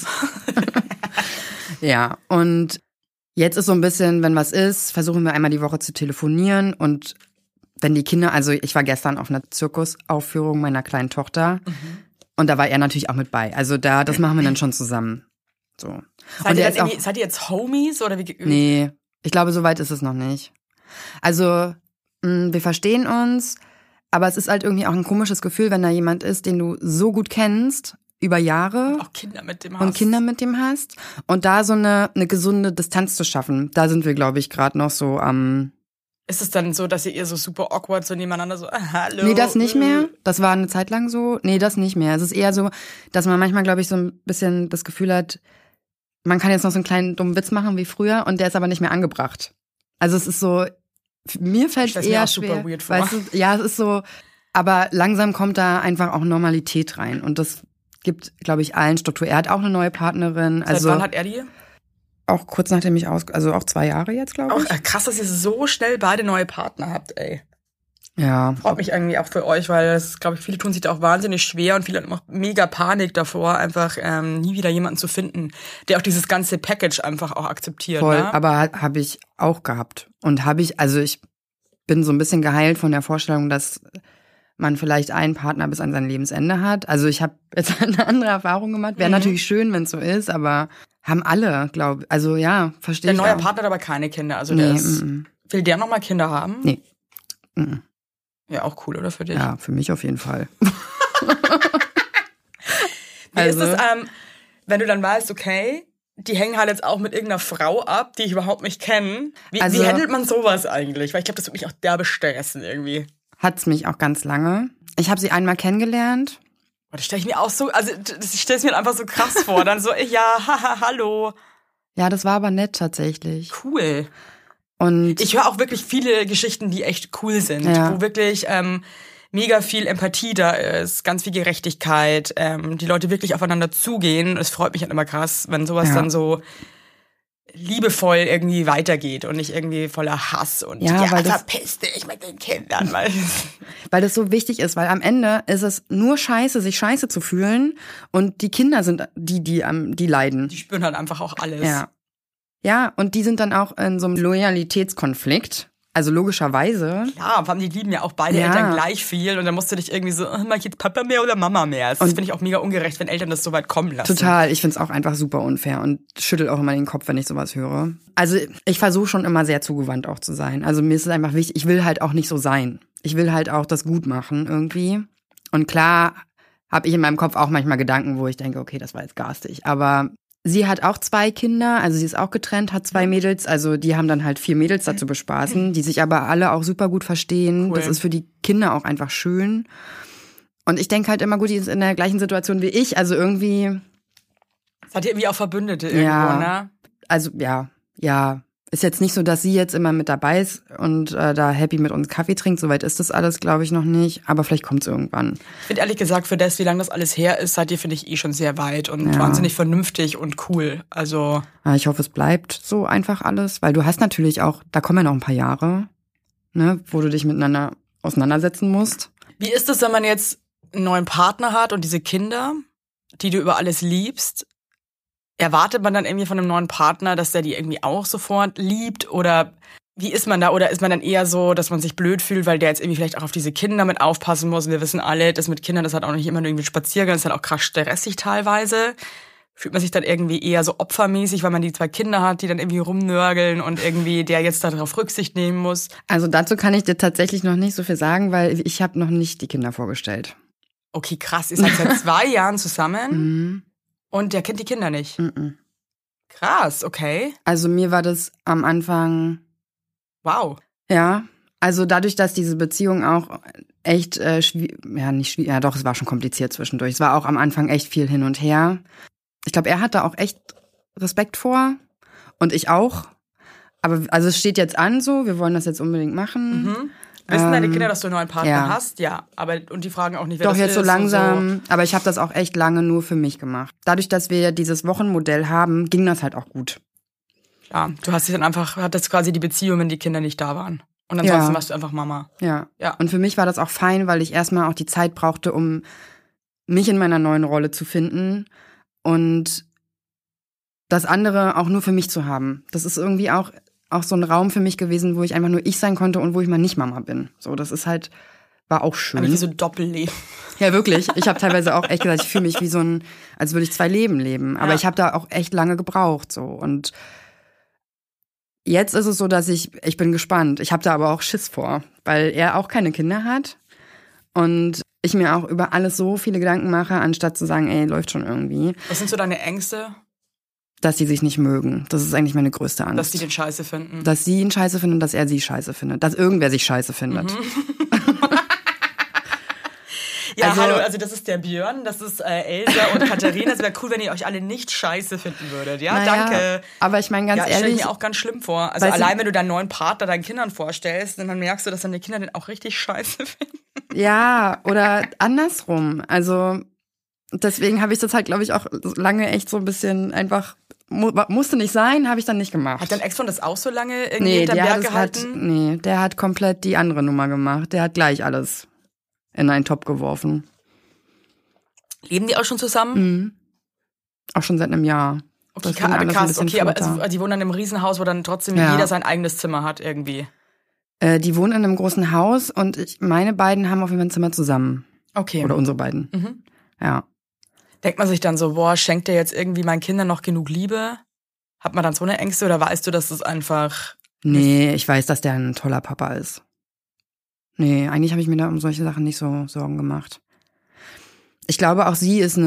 Ja, und jetzt ist so ein bisschen, wenn was ist, versuchen wir einmal die Woche zu telefonieren und wenn die Kinder, also ich war gestern auf einer Zirkusaufführung meiner kleinen Tochter und da war er natürlich auch mit bei. Also das machen wir dann schon zusammen. So. Seid Und ihr, er ist auch, seid ihr jetzt Homies oder wie? nee, ich glaube, so weit ist es noch nicht. Also, wir verstehen uns, aber es ist halt irgendwie auch ein komisches Gefühl, wenn da jemand ist, den du so gut kennst über Jahre Auch Kinder mit dem und Kinder mit dem hast und da so eine gesunde Distanz zu schaffen. Da sind wir, glaube ich, gerade noch so am... Ist es dann so, dass ihr so super awkward so nebeneinander so, hallo? Nee, das nicht mehr. Das war eine Zeit lang so. Nee, das nicht mehr. Es ist eher so, dass man manchmal, glaube ich, so ein bisschen das Gefühl hat, man kann jetzt noch so einen kleinen dummen Witz machen wie früher und der ist aber nicht mehr angebracht. Also es ist so, mir fällt es eher schwer. Super weird vor. Weißt du, ja, es ist so, aber langsam kommt da einfach auch Normalität rein und das gibt, glaube ich, allen Struktur. Er hat auch eine neue Partnerin. Seit wann hat er die? Auch kurz nachdem ich also auch 2 Jahre jetzt, glaube ich. Auch krass, dass ihr so schnell beide neue Partner habt, ey. Ja. Freut mich irgendwie auch für euch, weil das, glaube ich, viele tun sich da auch wahnsinnig schwer und viele haben auch mega Panik davor, einfach nie wieder jemanden zu finden, der auch dieses ganze Package einfach auch akzeptiert. Voll, ne? aber habe ich auch gehabt. Und also ich bin so ein bisschen geheilt von der Vorstellung, dass man vielleicht einen Partner bis an sein Lebensende hat. Also ich habe jetzt eine andere Erfahrung gemacht. Wäre natürlich schön, wenn es so ist, aber haben alle, glaube ich. Also ja, verstehe ich. Der neue auch. Partner hat aber keine Kinder. Also der ist. Will der nochmal Kinder haben? Nee. Ja, auch cool, oder für dich? Ja, für mich auf jeden Fall. Wie ist es, wenn du dann weißt, okay, die hängen halt jetzt auch mit irgendeiner Frau ab, die ich überhaupt nicht kenne. Wie handelt man sowas eigentlich? Weil ich glaube, das würde mich auch derbe stressen irgendwie. Hat's mich auch ganz lange. Ich habe sie einmal kennengelernt. Das stelle ich mir auch so, also ich stelle es mir einfach so krass vor. Dann so, ja, haha, hallo. Ja, das war aber nett tatsächlich. Cool. Und ich höre auch wirklich viele Geschichten, die echt cool sind, wo wirklich mega viel Empathie da ist, ganz viel Gerechtigkeit, die Leute wirklich aufeinander zugehen. Es freut mich halt immer krass, wenn sowas dann so liebevoll irgendwie weitergeht und nicht irgendwie voller Hass und verpiss dich mit den Kindern. Weil das so wichtig ist, weil am Ende ist es nur scheiße, sich scheiße zu fühlen und die Kinder sind die leiden. Die spüren halt einfach auch alles. Ja, und die sind dann auch in so einem Loyalitätskonflikt. Also logischerweise. Ja, vor allem die lieben ja auch beide Eltern gleich viel und dann musst du dich irgendwie so, mach ich jetzt Papa mehr oder Mama mehr? Das finde ich auch mega ungerecht, wenn Eltern das so weit kommen lassen. Total, ich find's auch einfach super unfair und schüttel auch immer den Kopf, wenn ich sowas höre. Also ich versuche schon immer sehr zugewandt auch zu sein. Also mir ist es einfach wichtig, ich will halt auch nicht so sein. Ich will halt auch das gut machen irgendwie. Und klar habe ich in meinem Kopf auch manchmal Gedanken, wo ich denke, okay, das war jetzt garstig. Aber sie hat auch 2 Kinder, also sie ist auch getrennt, hat 2 Mädels, also die haben dann halt 4 Mädels dazu bespaßen, die sich aber alle auch super gut verstehen. Cool. Das ist für die Kinder auch einfach schön. Und ich denke halt immer, gut, die ist in der gleichen Situation wie ich, also irgendwie... Seid ihr irgendwie auch Verbündete irgendwo, ne? Also ja. Ist jetzt nicht so, dass sie jetzt immer mit dabei ist und da happy mit uns Kaffee trinkt. Soweit ist das alles, glaube ich, noch nicht. Aber vielleicht kommt es irgendwann. Ich finde ehrlich gesagt, für das, wie lange das alles her ist, seid ihr, finde ich, schon sehr weit und wahnsinnig vernünftig und cool. Also ich hoffe, es bleibt so einfach alles. Weil du hast natürlich auch, da kommen ja noch ein paar Jahre, ne, wo du dich miteinander auseinandersetzen musst. Wie ist es, wenn man jetzt einen neuen Partner hat und diese Kinder, die du über alles liebst? Erwartet man dann irgendwie von einem neuen Partner, dass der die irgendwie auch sofort liebt? Oder wie ist man da? Oder ist man dann eher so, dass man sich blöd fühlt, weil der jetzt irgendwie vielleicht auch auf diese Kinder mit aufpassen muss? Und wir wissen alle, das mit Kindern, das hat auch nicht immer nur irgendwie ein Spaziergang, das ist halt auch krass stressig teilweise. Fühlt man sich dann irgendwie eher so opfermäßig, weil man die 2 Kinder hat, die dann irgendwie rumnörgeln und irgendwie der jetzt darauf Rücksicht nehmen muss? Also dazu kann ich dir tatsächlich noch nicht so viel sagen, weil ich habe noch nicht die Kinder vorgestellt. Okay, krass. Ihr seid seit 2 Jahren zusammen. Und der kennt die Kinder nicht? Krass, okay. Also mir war das am Anfang... Wow. Ja, also dadurch, dass diese Beziehung auch echt es war schon kompliziert zwischendurch. Es war auch am Anfang echt viel hin und her. Ich glaube, er hatte auch echt Respekt vor und ich auch. Aber also es steht jetzt an so, wir wollen das jetzt unbedingt machen. Wissen deine Kinder, dass du einen neuen Partner hast? Ja, aber und die fragen auch nicht, wer Doch, das jetzt ist. so langsam, so. Aber ich habe das auch echt lange nur für mich gemacht. Dadurch, dass wir dieses Wochenmodell haben, ging das halt auch gut. Ja, du hast dich dann einfach, hattest quasi die Beziehung, wenn die Kinder nicht da waren. Und ansonsten warst du einfach Mama. Ja. Und für mich war das auch fein, weil ich erstmal auch die Zeit brauchte, um mich in meiner neuen Rolle zu finden und das andere auch nur für mich zu haben. Das ist irgendwie auch so ein Raum für mich gewesen, wo ich einfach nur ich sein konnte und wo ich mal nicht Mama bin. So, das ist halt, war auch schön. Wie so ein Doppelleben. Ja, wirklich. Ich habe teilweise auch echt gesagt, ich fühle mich wie so als würde ich 2 Leben leben. Aber ich habe da auch echt lange gebraucht, so. Und jetzt ist es so, dass ich bin gespannt. Ich habe da aber auch Schiss vor, weil er auch keine Kinder hat. Und ich mir auch über alles so viele Gedanken mache, anstatt zu sagen, ey, läuft schon irgendwie. Was sind so deine Ängste? Dass die sich nicht mögen. Das ist eigentlich meine größte Angst. Dass die den Scheiße finden. Dass sie ihn scheiße finden und dass er sie scheiße findet. Dass irgendwer sich scheiße findet. Ja, hallo, also das ist der Björn, das ist Elsa und Katharina. Es wäre cool, wenn ihr euch alle nicht scheiße finden würdet. Ja, danke. Aber ich meine ganz ehrlich. Stelle ich mir auch ganz schlimm vor. Also allein, wenn du deinen neuen Partner deinen Kindern vorstellst, dann merkst du, dass deine Kinder den auch richtig scheiße finden. Ja, oder andersrum. Also deswegen habe ich das halt, glaube ich, auch lange echt so ein bisschen einfach, musste nicht sein, habe ich dann nicht gemacht. Hat dein Ex-Freund das auch so lange irgendwie hinterm Berg gehalten? Der hat komplett die andere Nummer gemacht. Der hat gleich alles in einen Topf geworfen. Leben die auch schon zusammen? Mhm. Auch schon seit einem Jahr. Okay, krass. Okay, aber die wohnen dann im Riesenhaus, wo dann trotzdem jeder sein eigenes Zimmer hat irgendwie. Die wohnen in einem großen Haus und meine beiden haben auf jeden Fall ein Zimmer zusammen. Okay. Oder unsere beiden. Mhm. Ja. Denkt man sich dann so, boah, schenkt der jetzt irgendwie meinen Kindern noch genug Liebe? Hat man dann so eine Ängste oder weißt du, dass das einfach... Nee, ich weiß, dass der ein toller Papa ist. Nee, eigentlich habe ich mir da um solche Sachen nicht so Sorgen gemacht. Ich glaube, auch sie ist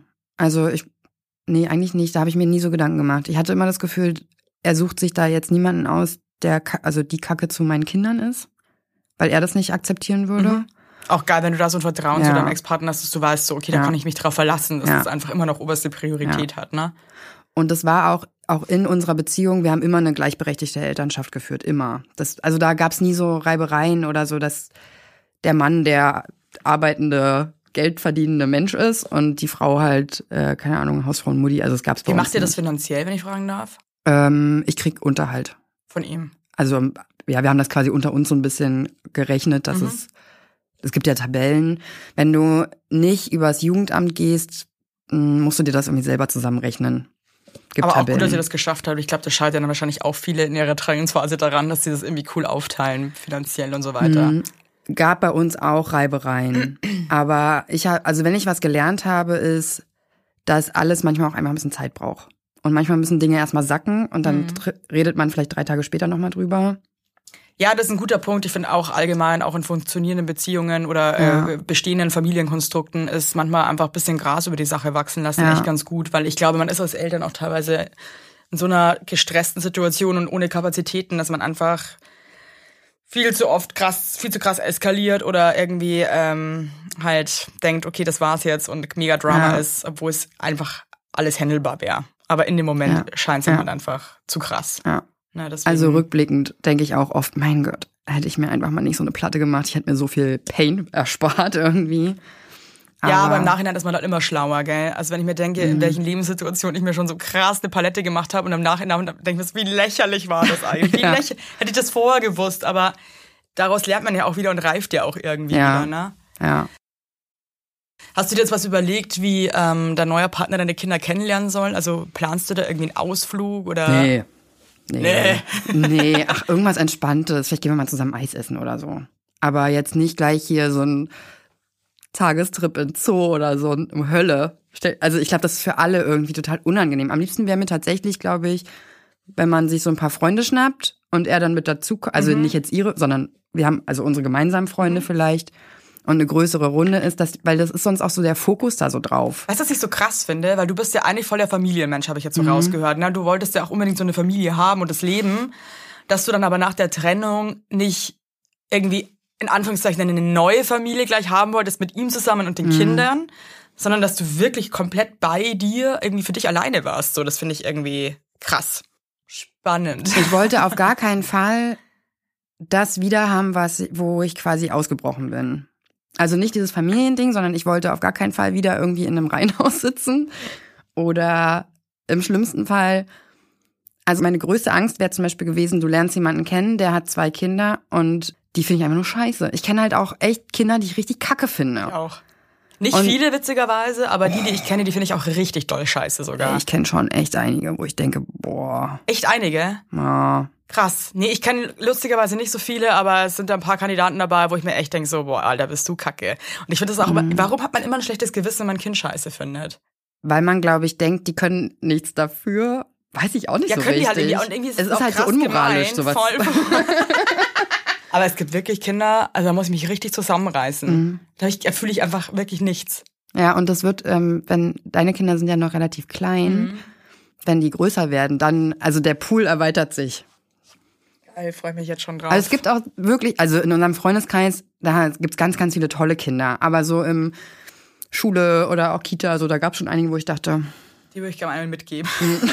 nee, eigentlich nicht, da habe ich mir nie so Gedanken gemacht. Ich hatte immer das Gefühl, er sucht sich da jetzt niemanden aus, der die Kacke zu meinen Kindern ist, weil er das nicht akzeptieren würde. Mhm. Auch geil, wenn du da so ein Vertrauen zu deinem Ex-Partner hast, dass du weißt, so, okay, da kann ich mich drauf verlassen, dass das einfach immer noch oberste Priorität hat, ne? Und das war auch in unserer Beziehung, wir haben immer eine gleichberechtigte Elternschaft geführt, immer. Also da gab's nie so Reibereien oder so, dass der Mann der arbeitende, geldverdienende Mensch ist und die Frau halt, keine Ahnung, Hausfrau und Mutti, also es gab's bei uns. Wie macht ihr das finanziell, wenn ich fragen darf? Ich krieg Unterhalt. Von ihm? Also, ja, wir haben das quasi unter uns so ein bisschen gerechnet, dass es gibt ja Tabellen. Wenn du nicht übers Jugendamt gehst, musst du dir das irgendwie selber zusammenrechnen. Gibt aber Tabellen. Auch gut, dass ihr das geschafft habt. Ich glaube, das scheitern dann wahrscheinlich auch viele in ihrer Trennungsphase daran, dass sie das irgendwie cool aufteilen, finanziell und so weiter. Gab bei uns auch Reibereien. Aber wenn ich was gelernt habe, ist, dass alles manchmal auch einfach ein bisschen Zeit braucht. Und manchmal müssen Dinge erstmal sacken und dann redet man vielleicht 3 Tage später nochmal drüber. Ja, das ist ein guter Punkt. Ich finde auch allgemein, auch in funktionierenden Beziehungen oder bestehenden Familienkonstrukten ist manchmal einfach ein bisschen Gras über die Sache wachsen lassen echt ganz gut, weil ich glaube, man ist als Eltern auch teilweise in so einer gestressten Situation und ohne Kapazitäten, dass man einfach viel zu krass eskaliert oder irgendwie halt denkt, okay, das war's jetzt und mega Drama ist, obwohl es einfach alles handelbar wäre. Aber in dem Moment scheint es halt einfach zu krass. Ja. Na, also rückblickend denke ich auch oft, mein Gott, hätte ich mir einfach mal nicht so eine Platte gemacht. Ich hätte mir so viel Pain erspart irgendwie. Aber im Nachhinein ist man halt immer schlauer, gell? Also wenn ich mir denke, in welchen Lebenssituationen ich mir schon so krass eine Palette gemacht habe und im Nachhinein denke ich mir, wie lächerlich war das eigentlich? Hätte ich das vorher gewusst, aber daraus lernt man ja auch wieder und reift ja auch irgendwie wieder, ne? Ja. Hast du dir jetzt was überlegt, wie dein neuer Partner deine Kinder kennenlernen soll? Also planst du da irgendwie einen Ausflug oder... Nee, ach, irgendwas Entspanntes. Vielleicht gehen wir mal zusammen Eis essen oder so. Aber jetzt nicht gleich hier so ein Tagestrip in Zoo oder so eine Hölle. Also ich glaube, das ist für alle irgendwie total unangenehm. Am liebsten wäre mir tatsächlich, glaube ich, wenn man sich so ein paar Freunde schnappt und er dann mit dazu, also nicht jetzt ihre, sondern wir haben also unsere gemeinsamen Freunde vielleicht und eine größere Runde ist, weil das ist sonst auch so der Fokus da so drauf. Weißt du, was ich so krass finde? Weil du bist ja eigentlich voll der Familienmensch, habe ich jetzt so rausgehört. Ne? Du wolltest ja auch unbedingt so eine Familie haben und das Leben, dass du dann aber nach der Trennung nicht irgendwie in Anführungszeichen eine neue Familie gleich haben wolltest mit ihm zusammen und den Kindern, sondern dass du wirklich komplett bei dir irgendwie für dich alleine warst. So, das finde ich irgendwie krass. Spannend. Ich wollte auf gar keinen Fall das wieder haben, wo ich quasi ausgebrochen bin. Also nicht dieses Familiending, sondern ich wollte auf gar keinen Fall wieder irgendwie in einem Reihenhaus sitzen oder im schlimmsten Fall, also meine größte Angst wäre zum Beispiel gewesen, du lernst jemanden kennen, der hat 2 Kinder und die finde ich einfach nur scheiße. Ich kenne halt auch echt Kinder, die ich richtig kacke finde. Ich auch. Nicht viele, witzigerweise, aber die ich kenne, die finde ich auch richtig doll scheiße sogar. Ich kenne schon echt einige, wo ich denke, boah. Echt einige? Ja. Krass. Nee, ich kenne lustigerweise nicht so viele, aber es sind da ein paar Kandidaten dabei, wo ich mir echt denke so, boah, Alter, bist du kacke. Und ich finde das auch immer, warum hat man immer ein schlechtes Gewissen, wenn man ein Kind scheiße findet? Weil man, glaube ich, denkt, die können nichts dafür. Weiß ich auch nicht so richtig. Ja, können die halt irgendwie. Und irgendwie es ist halt so unmoralisch, gemein, sowas. Voll. Aber es gibt wirklich Kinder, also da muss ich mich richtig zusammenreißen. Da fühle ich einfach wirklich nichts. Ja, und das wird, wenn deine Kinder sind ja noch relativ klein, wenn die größer werden, dann, also der Pool erweitert sich. Geil, freue mich jetzt schon drauf. Also es gibt auch wirklich, also in unserem Freundeskreis, da gibt's ganz, ganz viele tolle Kinder. Aber so im Schule oder auch Kita, so da gab's schon einige, wo ich dachte, die würde ich gerne einmal mitgeben.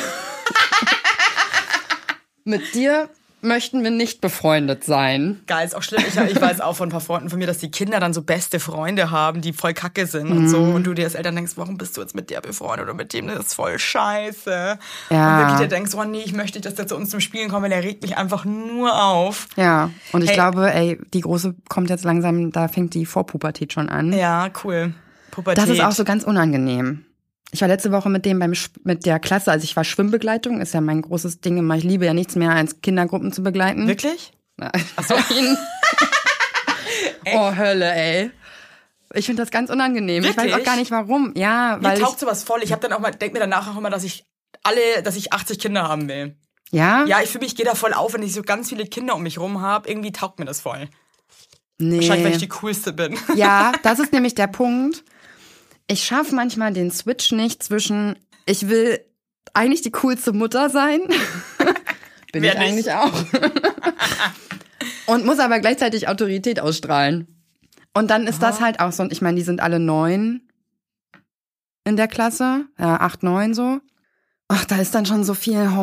Mit dir möchten wir nicht befreundet sein. Geil, ist auch schlimm. Ich weiß auch von ein paar Freunden von mir, dass die Kinder dann so beste Freunde haben, die voll kacke sind und so. Und du dir als Eltern denkst, warum bist du jetzt mit der befreundet oder mit dem? Das ist voll scheiße. Ja. Und wirklich dir denkst, oh nee, ich möchte nicht, dass der zu uns zum Spielen kommt, weil der regt mich einfach nur auf. Ja, und ich glaube, die Große kommt jetzt langsam, da fängt die Vorpubertät schon an. Ja, cool. Pubertät. Das ist auch so ganz unangenehm. Ich war letzte Woche mit dem mit der Klasse, also ich war Schwimmbegleitung, ist ja mein großes Ding immer. Ich liebe ja nichts mehr, als Kindergruppen zu begleiten. Wirklich? Achso. Oh, Hölle, ey. Ich finde das ganz unangenehm. Wirklich? Ich weiß auch gar nicht warum. Ja, weil mir taugt sowas voll. Ich habe dann auch mal, denk mir danach auch immer, dass ich 80 Kinder haben will. Ja? Ja, ich gehe da voll auf, wenn ich so ganz viele Kinder um mich rum habe. Irgendwie taugt mir das voll. Nee. Wahrscheinlich, weil ich die Coolste bin. Ja, das ist nämlich der Punkt. Ich schaffe manchmal den Switch nicht zwischen, ich will eigentlich die coolste Mutter sein. Bin Wer ich nicht? eigentlich auch. Und muss aber gleichzeitig Autorität ausstrahlen. Und dann ist das halt auch so, und ich meine, die sind alle 9 in der Klasse, 8, 9 so. Ach, da ist dann schon so viel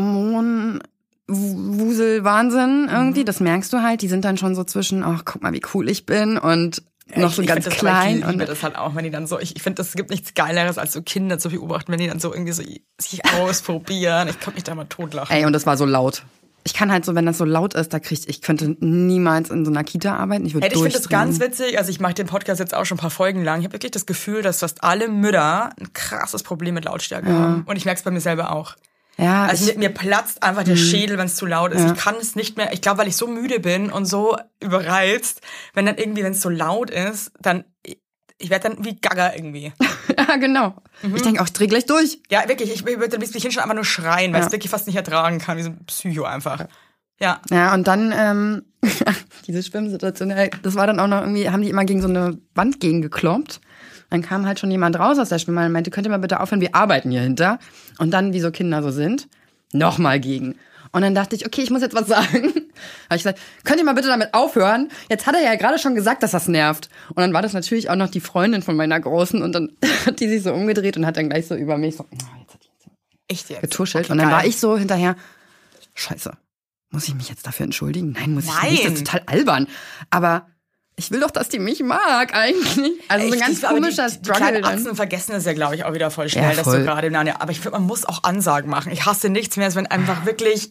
Wusel, Wahnsinn irgendwie, das merkst du halt. Die sind dann schon so zwischen, ach, guck mal, wie cool ich bin und noch so ganz klein. Ich liebe das halt auch, wenn die dann so, ich finde, es gibt nichts Geileres, als so Kinder zu beobachten, wenn die dann so irgendwie so sich ausprobieren. Ich könnte mich da mal totlachen. Ey, und das war so laut. Ich kann halt so, wenn das so laut ist, ich könnte niemals in so einer Kita arbeiten. Ich würde Ich finde das ganz witzig. Also ich mache den Podcast jetzt auch schon ein paar Folgen lang. Ich habe wirklich das Gefühl, dass fast alle Mütter ein krasses Problem mit Lautstärke haben. Und ich merke es bei mir selber auch. Ja, also mir platzt einfach der Schädel, wenn es zu laut ist. Ja. Ich kann es nicht mehr. Ich glaube, weil ich so müde bin und so überreizt, wenn es so laut ist, dann ich werde dann wie Gaga irgendwie. Ja, genau. Ich denke auch, ich drehe gleich durch. Ja, wirklich. Ich würde dann bis hin schon einfach nur schreien, weil ich es wirklich fast nicht ertragen kann, wie so ein Psycho einfach. Ja. Ja, und dann diese Schwimmsituation, das war dann auch noch irgendwie, haben die immer gegen so eine Wand gegengekloppt. Dann kam halt schon jemand raus aus der Schwimmhalle und meinte, könnt ihr mal bitte aufhören, wir arbeiten hier hinter. Und dann, wie so Kinder so sind, nochmal gegen. Und dann dachte ich, okay, ich muss jetzt was sagen. Habe ich gesagt, könnt ihr mal bitte damit aufhören? Jetzt hat er ja gerade schon gesagt, dass das nervt. Und dann war das natürlich auch noch die Freundin von meiner Großen und dann hat die sich so umgedreht und hat dann gleich so über mich so, jetzt hat die echt jetzt getuschelt. Okay, und dann geil. war ich so hinterher, scheiße, muss ich mich jetzt dafür entschuldigen? Nein, muss ich nicht, das ist total albern. Aber ich will doch, dass die mich mag eigentlich. Also so ein ganz komischer Struggle. Die kleinen Atzen vergessen das ja, glaube ich, auch wieder voll schnell, dass du gerade... Aber ich finde, man muss auch Ansagen machen. Ich hasse nichts mehr, als wenn einfach wirklich...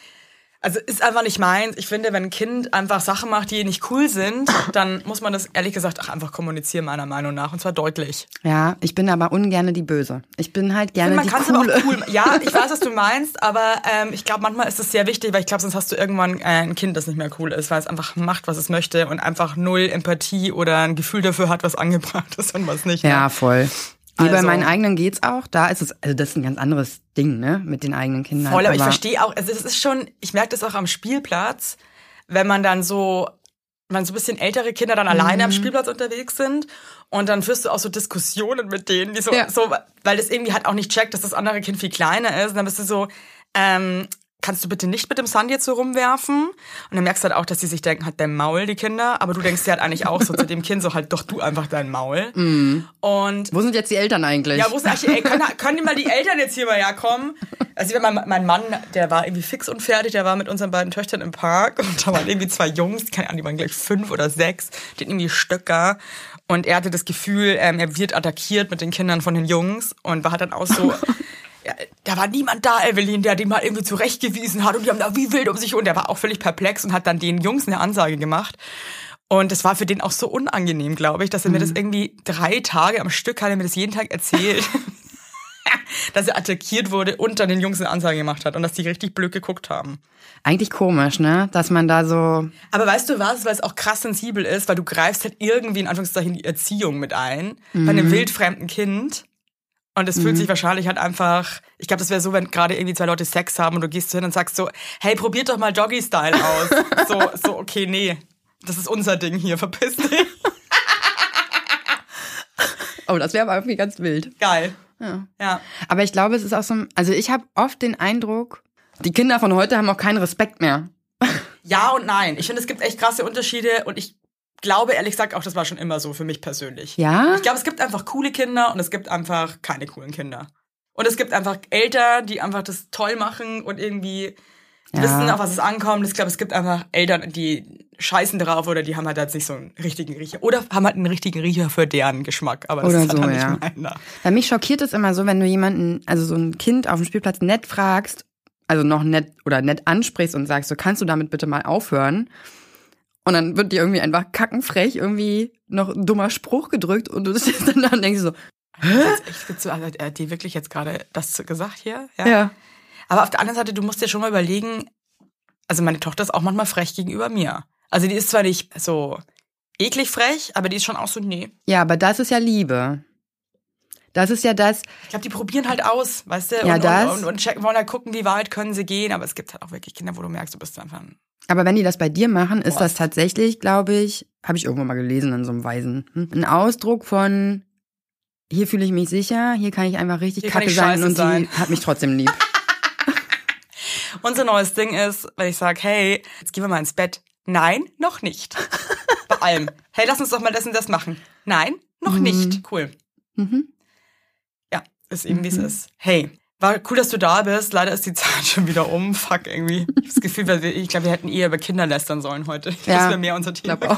Also ist einfach nicht meins. Ich finde, wenn ein Kind einfach Sachen macht, die nicht cool sind, dann muss man das ehrlich gesagt auch einfach kommunizieren, meiner Meinung nach. Und zwar deutlich. Ja, ich bin aber ungerne die Böse. Ich bin halt gerne die Coole. Aber auch cool. Ja, ich weiß, was du meinst, aber ich glaube, manchmal ist das sehr wichtig, weil ich glaube, sonst hast du irgendwann ein Kind, das nicht mehr cool ist, weil es einfach macht, was es möchte und einfach null Empathie oder ein Gefühl dafür hat, was angebracht ist und was nicht. Ja, voll. Wie bei Also, meinen eigenen geht's auch. Da ist es, also das ist ein ganz anderes Ding, ne, mit den eigenen Kindern. Voll, aber ich verstehe auch, also es ist schon, ich merke das auch am Spielplatz, wenn man so ein bisschen ältere Kinder dann alleine am Spielplatz unterwegs sind und dann führst du auch so Diskussionen mit denen, die so, weil das irgendwie halt auch nicht checkt, dass das andere Kind viel kleiner ist und dann bist du so, kannst du bitte nicht mit dem Sand jetzt so rumwerfen? Und dann merkst du halt auch, dass die sich denken, halt dein Maul, die Kinder. Aber du denkst dir halt eigentlich auch so zu dem Kind, so halt doch du einfach dein Maul. Und wo sind jetzt die Eltern eigentlich? Ja, wo sind eigentlich, können die mal die Eltern jetzt hier mal herkommen? Also mein Mann, der war irgendwie fix und fertig, der war mit unseren beiden Töchtern im Park und da waren irgendwie 2 Jungs, keine Ahnung, die waren gleich 5 oder 6, die hatten irgendwie Stöcker. Und er hatte das Gefühl, er wird attackiert mit den Kindern von den Jungs und war halt dann auch so... Ja, da war niemand da, Evelyn, der den mal irgendwie zurechtgewiesen hat und die haben da wie wild um sich und der war auch völlig perplex und hat dann den Jungs eine Ansage gemacht. Und das war für den auch so unangenehm, glaube ich, dass er mir das irgendwie 3 Tage am Stück hat er mir das jeden Tag erzählt, dass er attackiert wurde und dann den Jungs eine Ansage gemacht hat und dass die richtig blöd geguckt haben. Eigentlich komisch, ne, dass man da so... Aber weißt du was, weil es auch krass sensibel ist, weil du greifst halt irgendwie in Anführungszeichen die Erziehung mit ein, bei einem wildfremden Kind. Und es fühlt sich wahrscheinlich halt einfach, ich glaube, das wäre so, wenn gerade irgendwie 2 Leute Sex haben und du gehst hin und sagst so, hey, probiert doch mal Doggy-Style aus. so, okay, nee. Das ist unser Ding hier, verpiss dich. Oh, das wäre aber irgendwie ganz wild. Geil. Ja. Aber ich glaube, es ist auch so, also ich habe oft den Eindruck, die Kinder von heute haben auch keinen Respekt mehr. Ja und nein. Ich finde, es gibt echt krasse Unterschiede und ich glaube, ehrlich gesagt, auch das war schon immer so für mich persönlich. Ja? Ich glaube, es gibt einfach coole Kinder und es gibt einfach keine coolen Kinder. Und es gibt einfach Eltern, die einfach das toll machen und irgendwie wissen, auf was es ankommt. Ich glaube, es gibt einfach Eltern, die scheißen drauf oder die haben halt nicht so einen richtigen Riecher. Oder haben halt einen richtigen Riecher für deren Geschmack. Aber das oder ist halt so, nicht meiner. Bei mich schockiert es immer so, wenn du jemanden, also so ein Kind auf dem Spielplatz nett fragst, also noch nett oder nett ansprichst und sagst, so kannst du damit bitte mal aufhören? Und dann wird dir irgendwie einfach kackenfrech irgendwie noch ein dummer Spruch gedrückt und du stehst dann da und denkst so, Also, hat die wirklich jetzt gerade das gesagt hier? ja. Aber auf der anderen Seite, du musst dir schon mal überlegen, also meine Tochter ist auch manchmal frech gegenüber mir. Also die ist zwar nicht so eklig frech, aber die ist schon auch so, nee. Ja, aber das ist ja Liebe. Das ist ja das. Ich glaube, die probieren halt aus, weißt du? Ja, und checken, wollen halt gucken, wie weit können sie gehen. Aber es gibt halt auch wirklich Kinder, wo du merkst, du bist einfach ein... Aber wenn die das bei dir machen, ist das tatsächlich, glaube ich, habe ich irgendwo mal gelesen in so einem Weisen, ein Ausdruck von, hier fühle ich mich sicher, hier kann ich einfach richtig kacke sein und sie hat mich trotzdem lieb. Unser neues Ding ist, wenn ich sage, hey, jetzt gehen wir mal ins Bett. Nein, noch nicht. Bei allem. Hey, lass uns doch mal das und das machen. Nein, noch nicht. Cool. Ja, ist eben wie es ist. Hey, war cool, dass du da bist. Leider ist die Zeit schon wieder um. Fuck, irgendwie. Ich habe das Gefühl, ich glaube, wir hätten eher über Kinder lästern sollen heute. Das wäre mehr unser Thema. Glaub auch.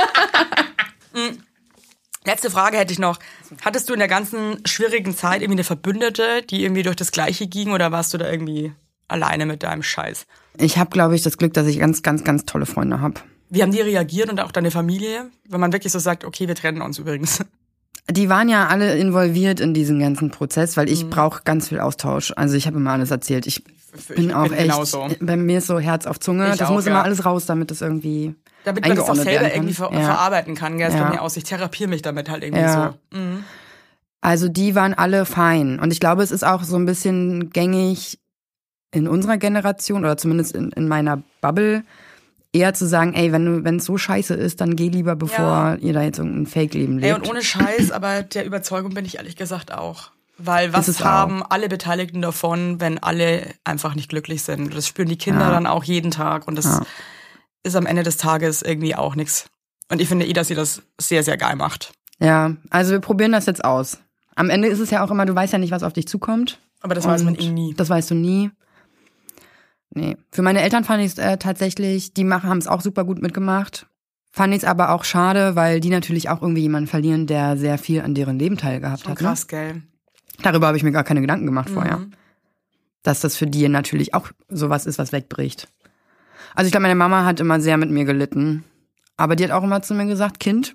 Letzte Frage hätte ich noch. Hattest du in der ganzen schwierigen Zeit irgendwie eine Verbündete, die irgendwie durch das Gleiche ging, oder warst du da irgendwie alleine mit deinem Scheiß? Ich habe, glaube ich, das Glück, dass ich ganz, ganz, ganz tolle Freunde habe. Wie haben die reagiert und auch deine Familie? Wenn man wirklich so sagt, okay, wir trennen uns übrigens. Die waren ja alle involviert in diesen ganzen Prozess, weil ich brauche ganz viel Austausch. Also ich habe immer alles erzählt. Ich bin auch echt, genauso. Bei mir ist so Herz auf Zunge. Das muss immer alles raus, damit das irgendwie damit man das auch selber irgendwie verarbeiten kann. Gell? Das ist bei mir aus. Ich therapiere mich damit halt irgendwie so. Mhm. Also die waren alle fein. Und ich glaube, es ist auch so ein bisschen gängig in unserer Generation oder zumindest in meiner Bubble, eher zu sagen, ey, wenn es so scheiße ist, dann geh lieber, bevor ihr da jetzt irgendein Fake-Leben lebt. Ey, und ohne Scheiß, aber der Überzeugung bin ich ehrlich gesagt auch. Weil was haben alle Beteiligten davon, wenn alle einfach nicht glücklich sind? Das spüren die Kinder dann auch jeden Tag und das ist am Ende des Tages irgendwie auch nichts. Und ich finde dass sie das sehr, sehr geil macht. Ja, also wir probieren das jetzt aus. Am Ende ist es ja auch immer, du weißt ja nicht, was auf dich zukommt. Aber das weiß man eben nie. Das weißt du nie. Nee. Für meine Eltern fand ich es tatsächlich, die haben es auch super gut mitgemacht. Fand ich es aber auch schade, weil die natürlich auch irgendwie jemanden verlieren, der sehr viel an deren Leben teilgehabt hat. Krass, gell? Darüber habe ich mir gar keine Gedanken gemacht vorher. Dass das für die natürlich auch sowas ist, was wegbricht. Also ich glaube, meine Mama hat immer sehr mit mir gelitten. Aber die hat auch immer zu mir gesagt, Kind,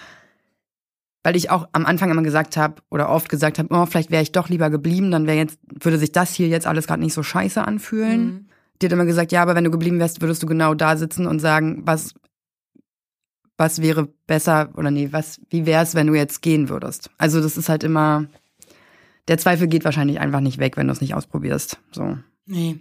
weil ich auch am Anfang immer gesagt habe oder oft gesagt habe, oh, vielleicht wäre ich doch lieber geblieben, dann würde sich das hier jetzt alles gerade nicht so scheiße anfühlen. Die hat immer gesagt, ja, aber wenn du geblieben wärst, würdest du genau da sitzen und sagen, was wäre besser oder nee, wie wäre es, wenn du jetzt gehen würdest? Also das ist halt immer, der Zweifel geht wahrscheinlich einfach nicht weg, wenn du es nicht ausprobierst. So. Nee.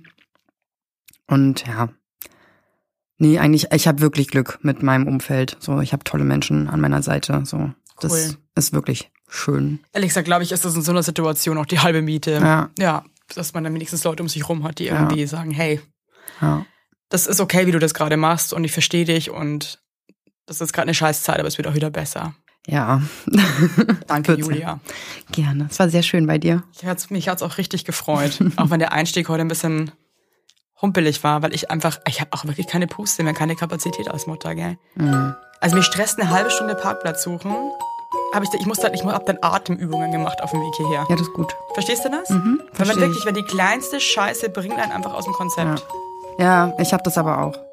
Und ja. Nee, eigentlich, ich habe wirklich Glück mit meinem Umfeld. So, ich habe tolle Menschen an meiner Seite. So. Das ist wirklich schön. Ehrlich gesagt, glaube ich, ist das in so einer Situation auch die halbe Miete. Ja, dass man dann wenigstens Leute um sich rum hat, die irgendwie sagen, hey, das ist okay, wie du das gerade machst und ich verstehe dich und das ist gerade eine Scheißzeit, aber es wird auch wieder besser. Ja. Danke, Julia. Gerne. Es war sehr schön bei dir. Mich hat's auch richtig gefreut. Auch wenn der Einstieg heute ein bisschen humpelig war, weil ich habe auch wirklich keine Puste mehr, keine Kapazität als Mutter, gell? Also mich stresst eine halbe Stunde Parkplatz suchen. Ich hab dann Atemübungen gemacht auf dem Weg hierher. Ja, das ist gut. Verstehst du das? Wenn die kleinste Scheiße bringt einen einfach aus dem Konzept. Ja, ich habe das aber auch.